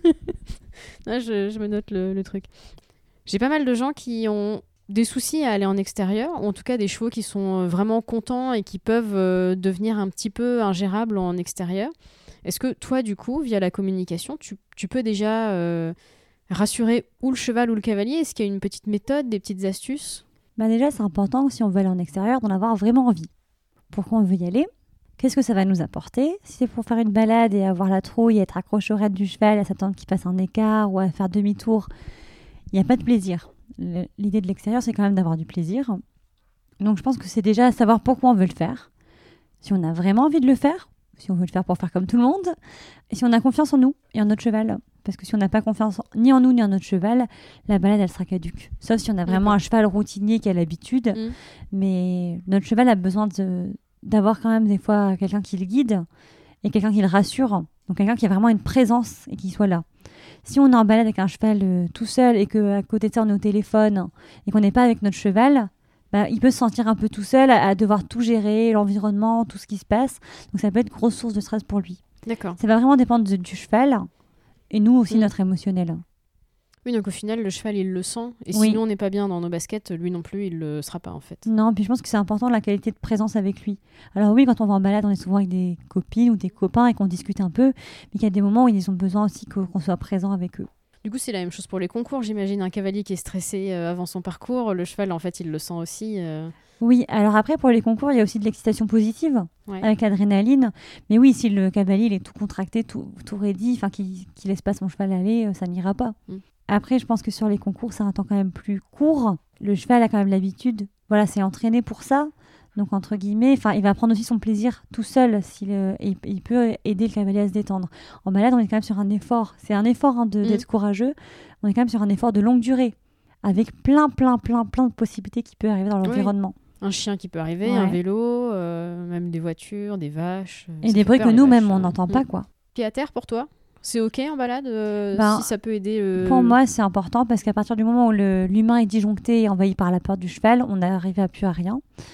Là, je, je me note le, le truc. J'ai pas mal de gens qui ont des soucis à aller en extérieur, ou en tout cas des chevaux qui sont vraiment contents et qui peuvent euh, devenir un petit peu ingérables en extérieur. Est-ce que toi, du coup, via la communication, tu, tu peux déjà euh, rassurer ou le cheval ou le cavalier? Est-ce qu'il y a une petite méthode, des petites astuces? Bah déjà, c'est important, si on veut aller en extérieur, d'en avoir vraiment envie. Pourquoi on veut y aller? Qu'est-ce que ça va nous apporter? Si c'est pour faire une balade et avoir la trouille, être accroché aux rênes du cheval, à s'attendre qu'il fasse un écart ou à faire demi-tour, il n'y a pas de plaisir. Le- L'idée de l'extérieur, c'est quand même d'avoir du plaisir. Donc je pense que c'est déjà savoir pourquoi on veut le faire. Si on a vraiment envie de le faire, si on veut le faire pour faire comme tout le monde, et si on a confiance en nous et en notre cheval. Parce que si on n'a pas confiance ni en nous ni en notre cheval, la balade, elle sera caduque. Sauf si on a vraiment D'accord. un cheval routinier qui a l'habitude. Mm. Mais notre cheval a besoin de, d'avoir quand même des fois quelqu'un qui le guide et quelqu'un qui le rassure. Donc quelqu'un qui a vraiment une présence et qui soit là. Si on est en balade avec un cheval euh, tout seul et qu'à côté de ça on est au téléphone et qu'on n'est pas avec notre cheval, bah, il peut se sentir un peu tout seul à, à devoir tout gérer, l'environnement, tout ce qui se passe. Donc ça peut être une grosse source de stress pour lui. D'accord. Ça va vraiment dépendre de- du cheval et nous aussi Mm. notre émotionnel. Oui, donc au final, le cheval, il le sent. Et Oui. si nous, on n'est pas bien dans nos baskets, lui non plus, il le sera pas en fait. Non, puis je pense que c'est important la qualité de présence avec lui. Alors oui, quand on va en balade, on est souvent avec des copines ou des copains et qu'on discute un peu, mais qu'il y a des moments où ils ont besoin aussi que- qu'on soit présent avec eux. Du coup, c'est la même chose pour les concours, j'imagine. Un cavalier qui est stressé euh, avant son parcours, le cheval, en fait, il le sent aussi. euh. Oui, alors après, pour les concours, il y a aussi de l'excitation positive Ouais. avec l'adrénaline. Mais oui, si le cavalier il est tout contracté, tout, tout ready, enfin qu'il qu'il laisse pas son cheval aller, euh, ça n'ira pas. Mm. Après, je pense que sur les concours, c'est un temps quand même plus court. Le cheval a quand même l'habitude, voilà, c'est entraîné pour ça. Donc, entre guillemets, enfin, il va prendre aussi son plaisir tout seul. S'il, euh, et il, il peut aider le cavalier à se détendre. En balade, on est quand même sur un effort. C'est un effort hein, de, Mm. d'être courageux. On est quand même sur un effort de longue durée. Avec plein, plein, plein, plein de possibilités qui peuvent arriver dans Oui. l'environnement. Un chien qui peut arriver, Ouais. un vélo, euh, même des voitures, des vaches. euh, Et ça des fait bruits peur, que les nous-mêmes, vaches, on euh. n'entend Mm. pas, quoi. Pied à terre pour toi? C'est ok en balade euh, Ben, si ça peut aider euh, Pour moi, c'est important parce qu'à partir du moment où le- l'humain est disjoncté et envahi par la peur du cheval, on n'arrive à plus à rien.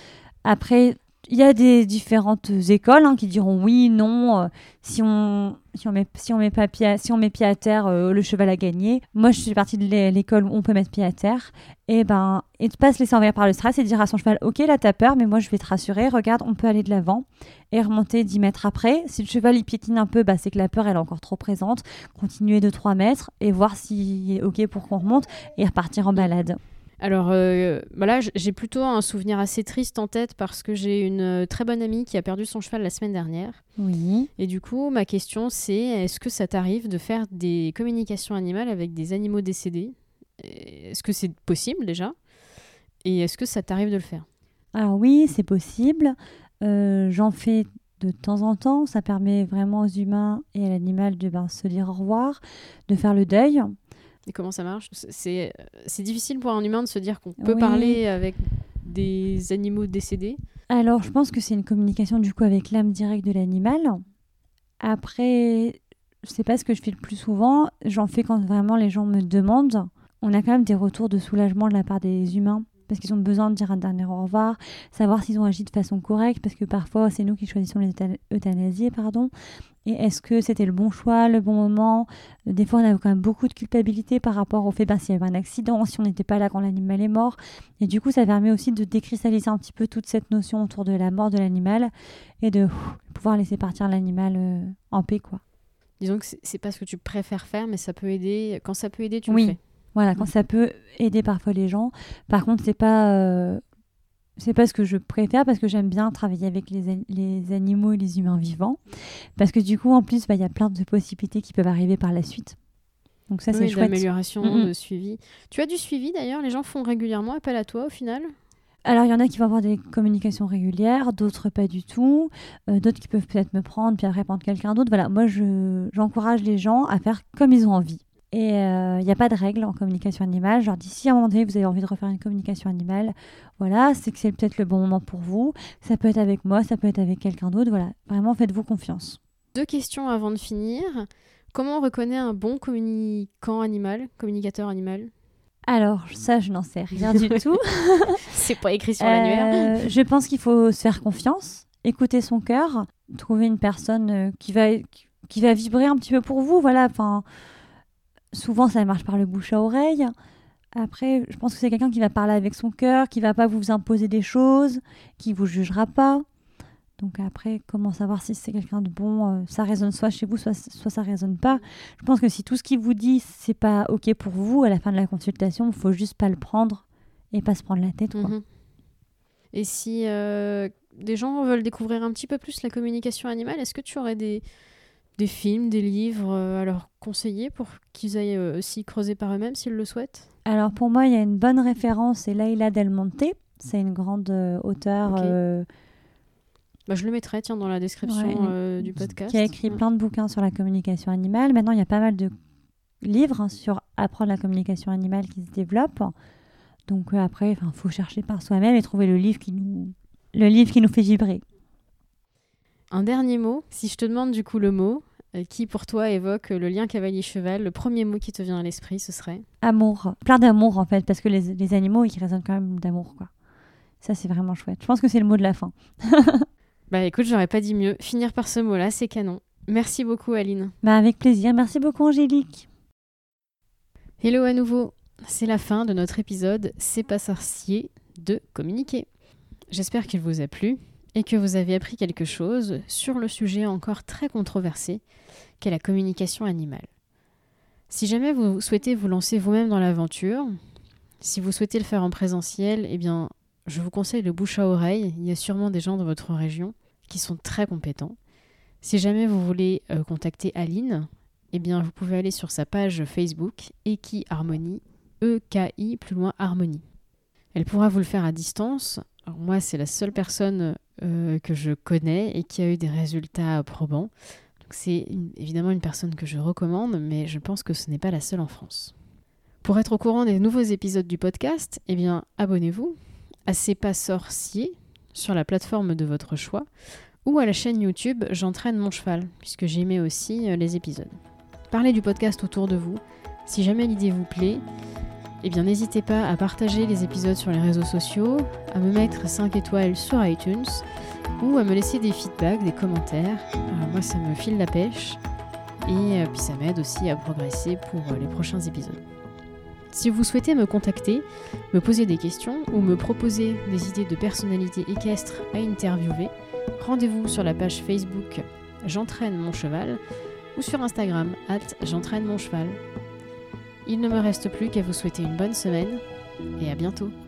Après, il y a des différentes écoles hein, qui diront oui, non, euh, si on si on met si on met pas pied à, si on met pied à terre, euh, le cheval a gagné. Moi, je suis partie de l'é- l'école où on peut mettre pied à terre et ben et de pas se laisser envahir par le stress et dire à son cheval OK, là t'as peur, mais moi je vais te rassurer, regarde, on peut aller de l'avant et remonter dix mètres après. Si le cheval il piétine un peu, bah c'est que la peur elle est encore trop présente. Continuer de trois mètres et voir s'il est OK pour qu'on remonte et repartir en balade. Alors euh, bah là, j- j'ai plutôt un souvenir assez triste en tête parce que j'ai une euh, très bonne amie qui a perdu son cheval la semaine dernière. Oui. Et du coup, ma question c'est, est-ce que ça t'arrive de faire des communications animales avec des animaux décédés ? Est-ce que c'est possible déjà ? Et est-ce que ça t'arrive de le faire ? Alors oui, c'est possible. Euh, j'en fais de temps en temps. Ça permet vraiment aux humains et à l'animal de ben, se dire au revoir, de faire le deuil. Et comment ça marche ? C'est, c'est, c'est difficile pour un humain de se dire qu'on peut Oui. parler avec des animaux décédés. Alors, je pense que c'est une communication du coup avec l'âme directe de l'animal. Après, je sais pas ce que je fais le plus souvent. J'en fais quand vraiment les gens me demandent. On a quand même des retours de soulagement de la part des humains parce qu'ils ont besoin de dire un dernier au revoir, savoir s'ils ont agi de façon correcte parce que parfois c'est nous qui choisissons les euthana- euthanasies, pardon. Et est-ce que c'était le bon choix, le bon moment ? Des fois, on a quand même beaucoup de culpabilité par rapport au fait ben, s'il y avait un accident, si on n'était pas là quand l'animal est mort. Et du coup, ça permet aussi de décristalliser un petit peu toute cette notion autour de la mort de l'animal et de ouf, pouvoir laisser partir l'animal euh, en paix, quoi. Disons que c'est, c'est pas ce que tu préfères faire, mais ça peut aider. Quand ça peut aider, tu Oui. le fais. Voilà, quand Ouais. ça peut aider parfois les gens. Par contre, c'est pas, euh, c'est pas ce que je préfère parce que j'aime bien travailler avec les, an- les animaux et les humains vivants. Parce que du coup, en plus, bah, il y a plein de possibilités qui peuvent arriver par la suite. Donc ça, c'est Oui, chouette. d'amélioration, Mm-mm. de suivi. Tu as du suivi d'ailleurs ? Les gens font régulièrement appel à toi au final ? Alors, il y en a qui vont avoir des communications régulières, d'autres pas du tout, euh, d'autres qui peuvent peut-être me prendre, puis après prendre quelqu'un d'autre. Voilà, moi, je, j'encourage les gens à faire comme ils ont envie. Et il euh, n'y a pas de règle en communication animale. Genre, d'ici à un moment donné, vous avez envie de refaire une communication animale, voilà, c'est que c'est peut-être le bon moment pour vous. Ça peut être avec moi, ça peut être avec quelqu'un d'autre. Voilà, vraiment, faites-vous confiance. Deux questions avant de finir. Comment on reconnaît un bon communicant animal, communicateur animal ? Alors, ça, je n'en sais rien du tout. C'est pas écrit sur l'annuaire. Euh, je pense qu'il faut se faire confiance, écouter son cœur, trouver une personne euh, qui va, qui va vibrer un petit peu pour vous. Voilà, enfin, souvent ça marche par le bouche à oreille. Après, je pense que c'est quelqu'un qui va parler avec son cœur, qui va pas vous imposer des choses, qui vous jugera pas. Donc après, comment savoir si c'est quelqu'un de bon euh, ça résonne soit chez vous, soit, soit ça résonne pas. Je pense que si tout ce qu'il vous dit, c'est pas OK pour vous, à la fin de la consultation, il faut juste pas le prendre et pas se prendre la tête, quoi. Mhm. Et si euh, des gens veulent découvrir un petit peu plus la communication animale, est-ce que tu aurais des, des films, des livres euh, à leur conseiller pour qu'ils aillent euh, aussi creuser par eux-mêmes s'ils le souhaitent ? Alors pour moi, il y a une bonne référence, c'est Leila Del Monte. C'est une grande euh, auteure Ok. euh, Bah, je le mettrai tiens, dans la description Ouais, euh, du podcast. qui a écrit Ouais. plein de bouquins sur la communication animale. Maintenant, il y a pas mal de livres hein, sur apprendre la communication animale qui se développent. Donc euh, après, il faut chercher par soi-même et trouver le livre qui nous, le livre qui nous fait vibrer. Un dernier mot, si je te demande du coup le mot, euh, qui pour toi évoque le lien cavalier-cheval, le premier mot qui te vient à l'esprit, ce serait ? Amour, plein d'amour en fait, parce que les, les animaux, ils résonnent quand même d'amour, quoi. Ça, c'est vraiment chouette. Je pense que c'est le mot de la fin. Bah écoute, j'aurais pas dit mieux. Finir par ce mot-là, c'est canon. Merci beaucoup Aline. Bah, avec plaisir. Merci beaucoup, Angélique. Hello à nouveau. C'est la fin de notre épisode C'est pas sorcier de communiquer. J'espère qu'il vous a plu et que vous avez appris quelque chose sur le sujet encore très controversé qu'est la communication animale. Si jamais vous souhaitez vous lancer vous-même dans l'aventure, si vous souhaitez le faire en présentiel, eh bien, je vous conseille le bouche à oreille. Il y a sûrement des gens dans votre région qui sont très compétents. Si jamais vous voulez euh, contacter Aline, eh bien, vous pouvez aller sur sa page Facebook Eki Harmonie, E K I plus loin Harmonie. Elle pourra vous le faire à distance. Alors moi, c'est la seule personne euh, que je connais et qui a eu des résultats probants. Donc c'est une, évidemment une personne que je recommande, mais je pense que ce n'est pas la seule en France. Pour être au courant des nouveaux épisodes du podcast, eh bien, abonnez-vous à C'est pas sorcier sur la plateforme de votre choix ou à la chaîne YouTube J'entraîne mon cheval, puisque j'y mets aussi euh, les épisodes. Parlez du podcast autour de vous. Si jamais l'idée vous plaît, eh bien n'hésitez pas à partager les épisodes sur les réseaux sociaux, à me mettre cinq étoiles sur iTunes ou à me laisser des feedbacks, des commentaires. Alors moi ça me file la pêche et puis ça m'aide aussi à progresser pour les prochains épisodes. Si vous souhaitez me contacter, me poser des questions ou me proposer des idées de personnalités équestres à interviewer, rendez-vous sur la page Facebook J'entraîne mon cheval ou sur Instagram arobase j'entraîne mon cheval. Il ne me reste plus qu'à vous souhaiter une bonne semaine et à bientôt.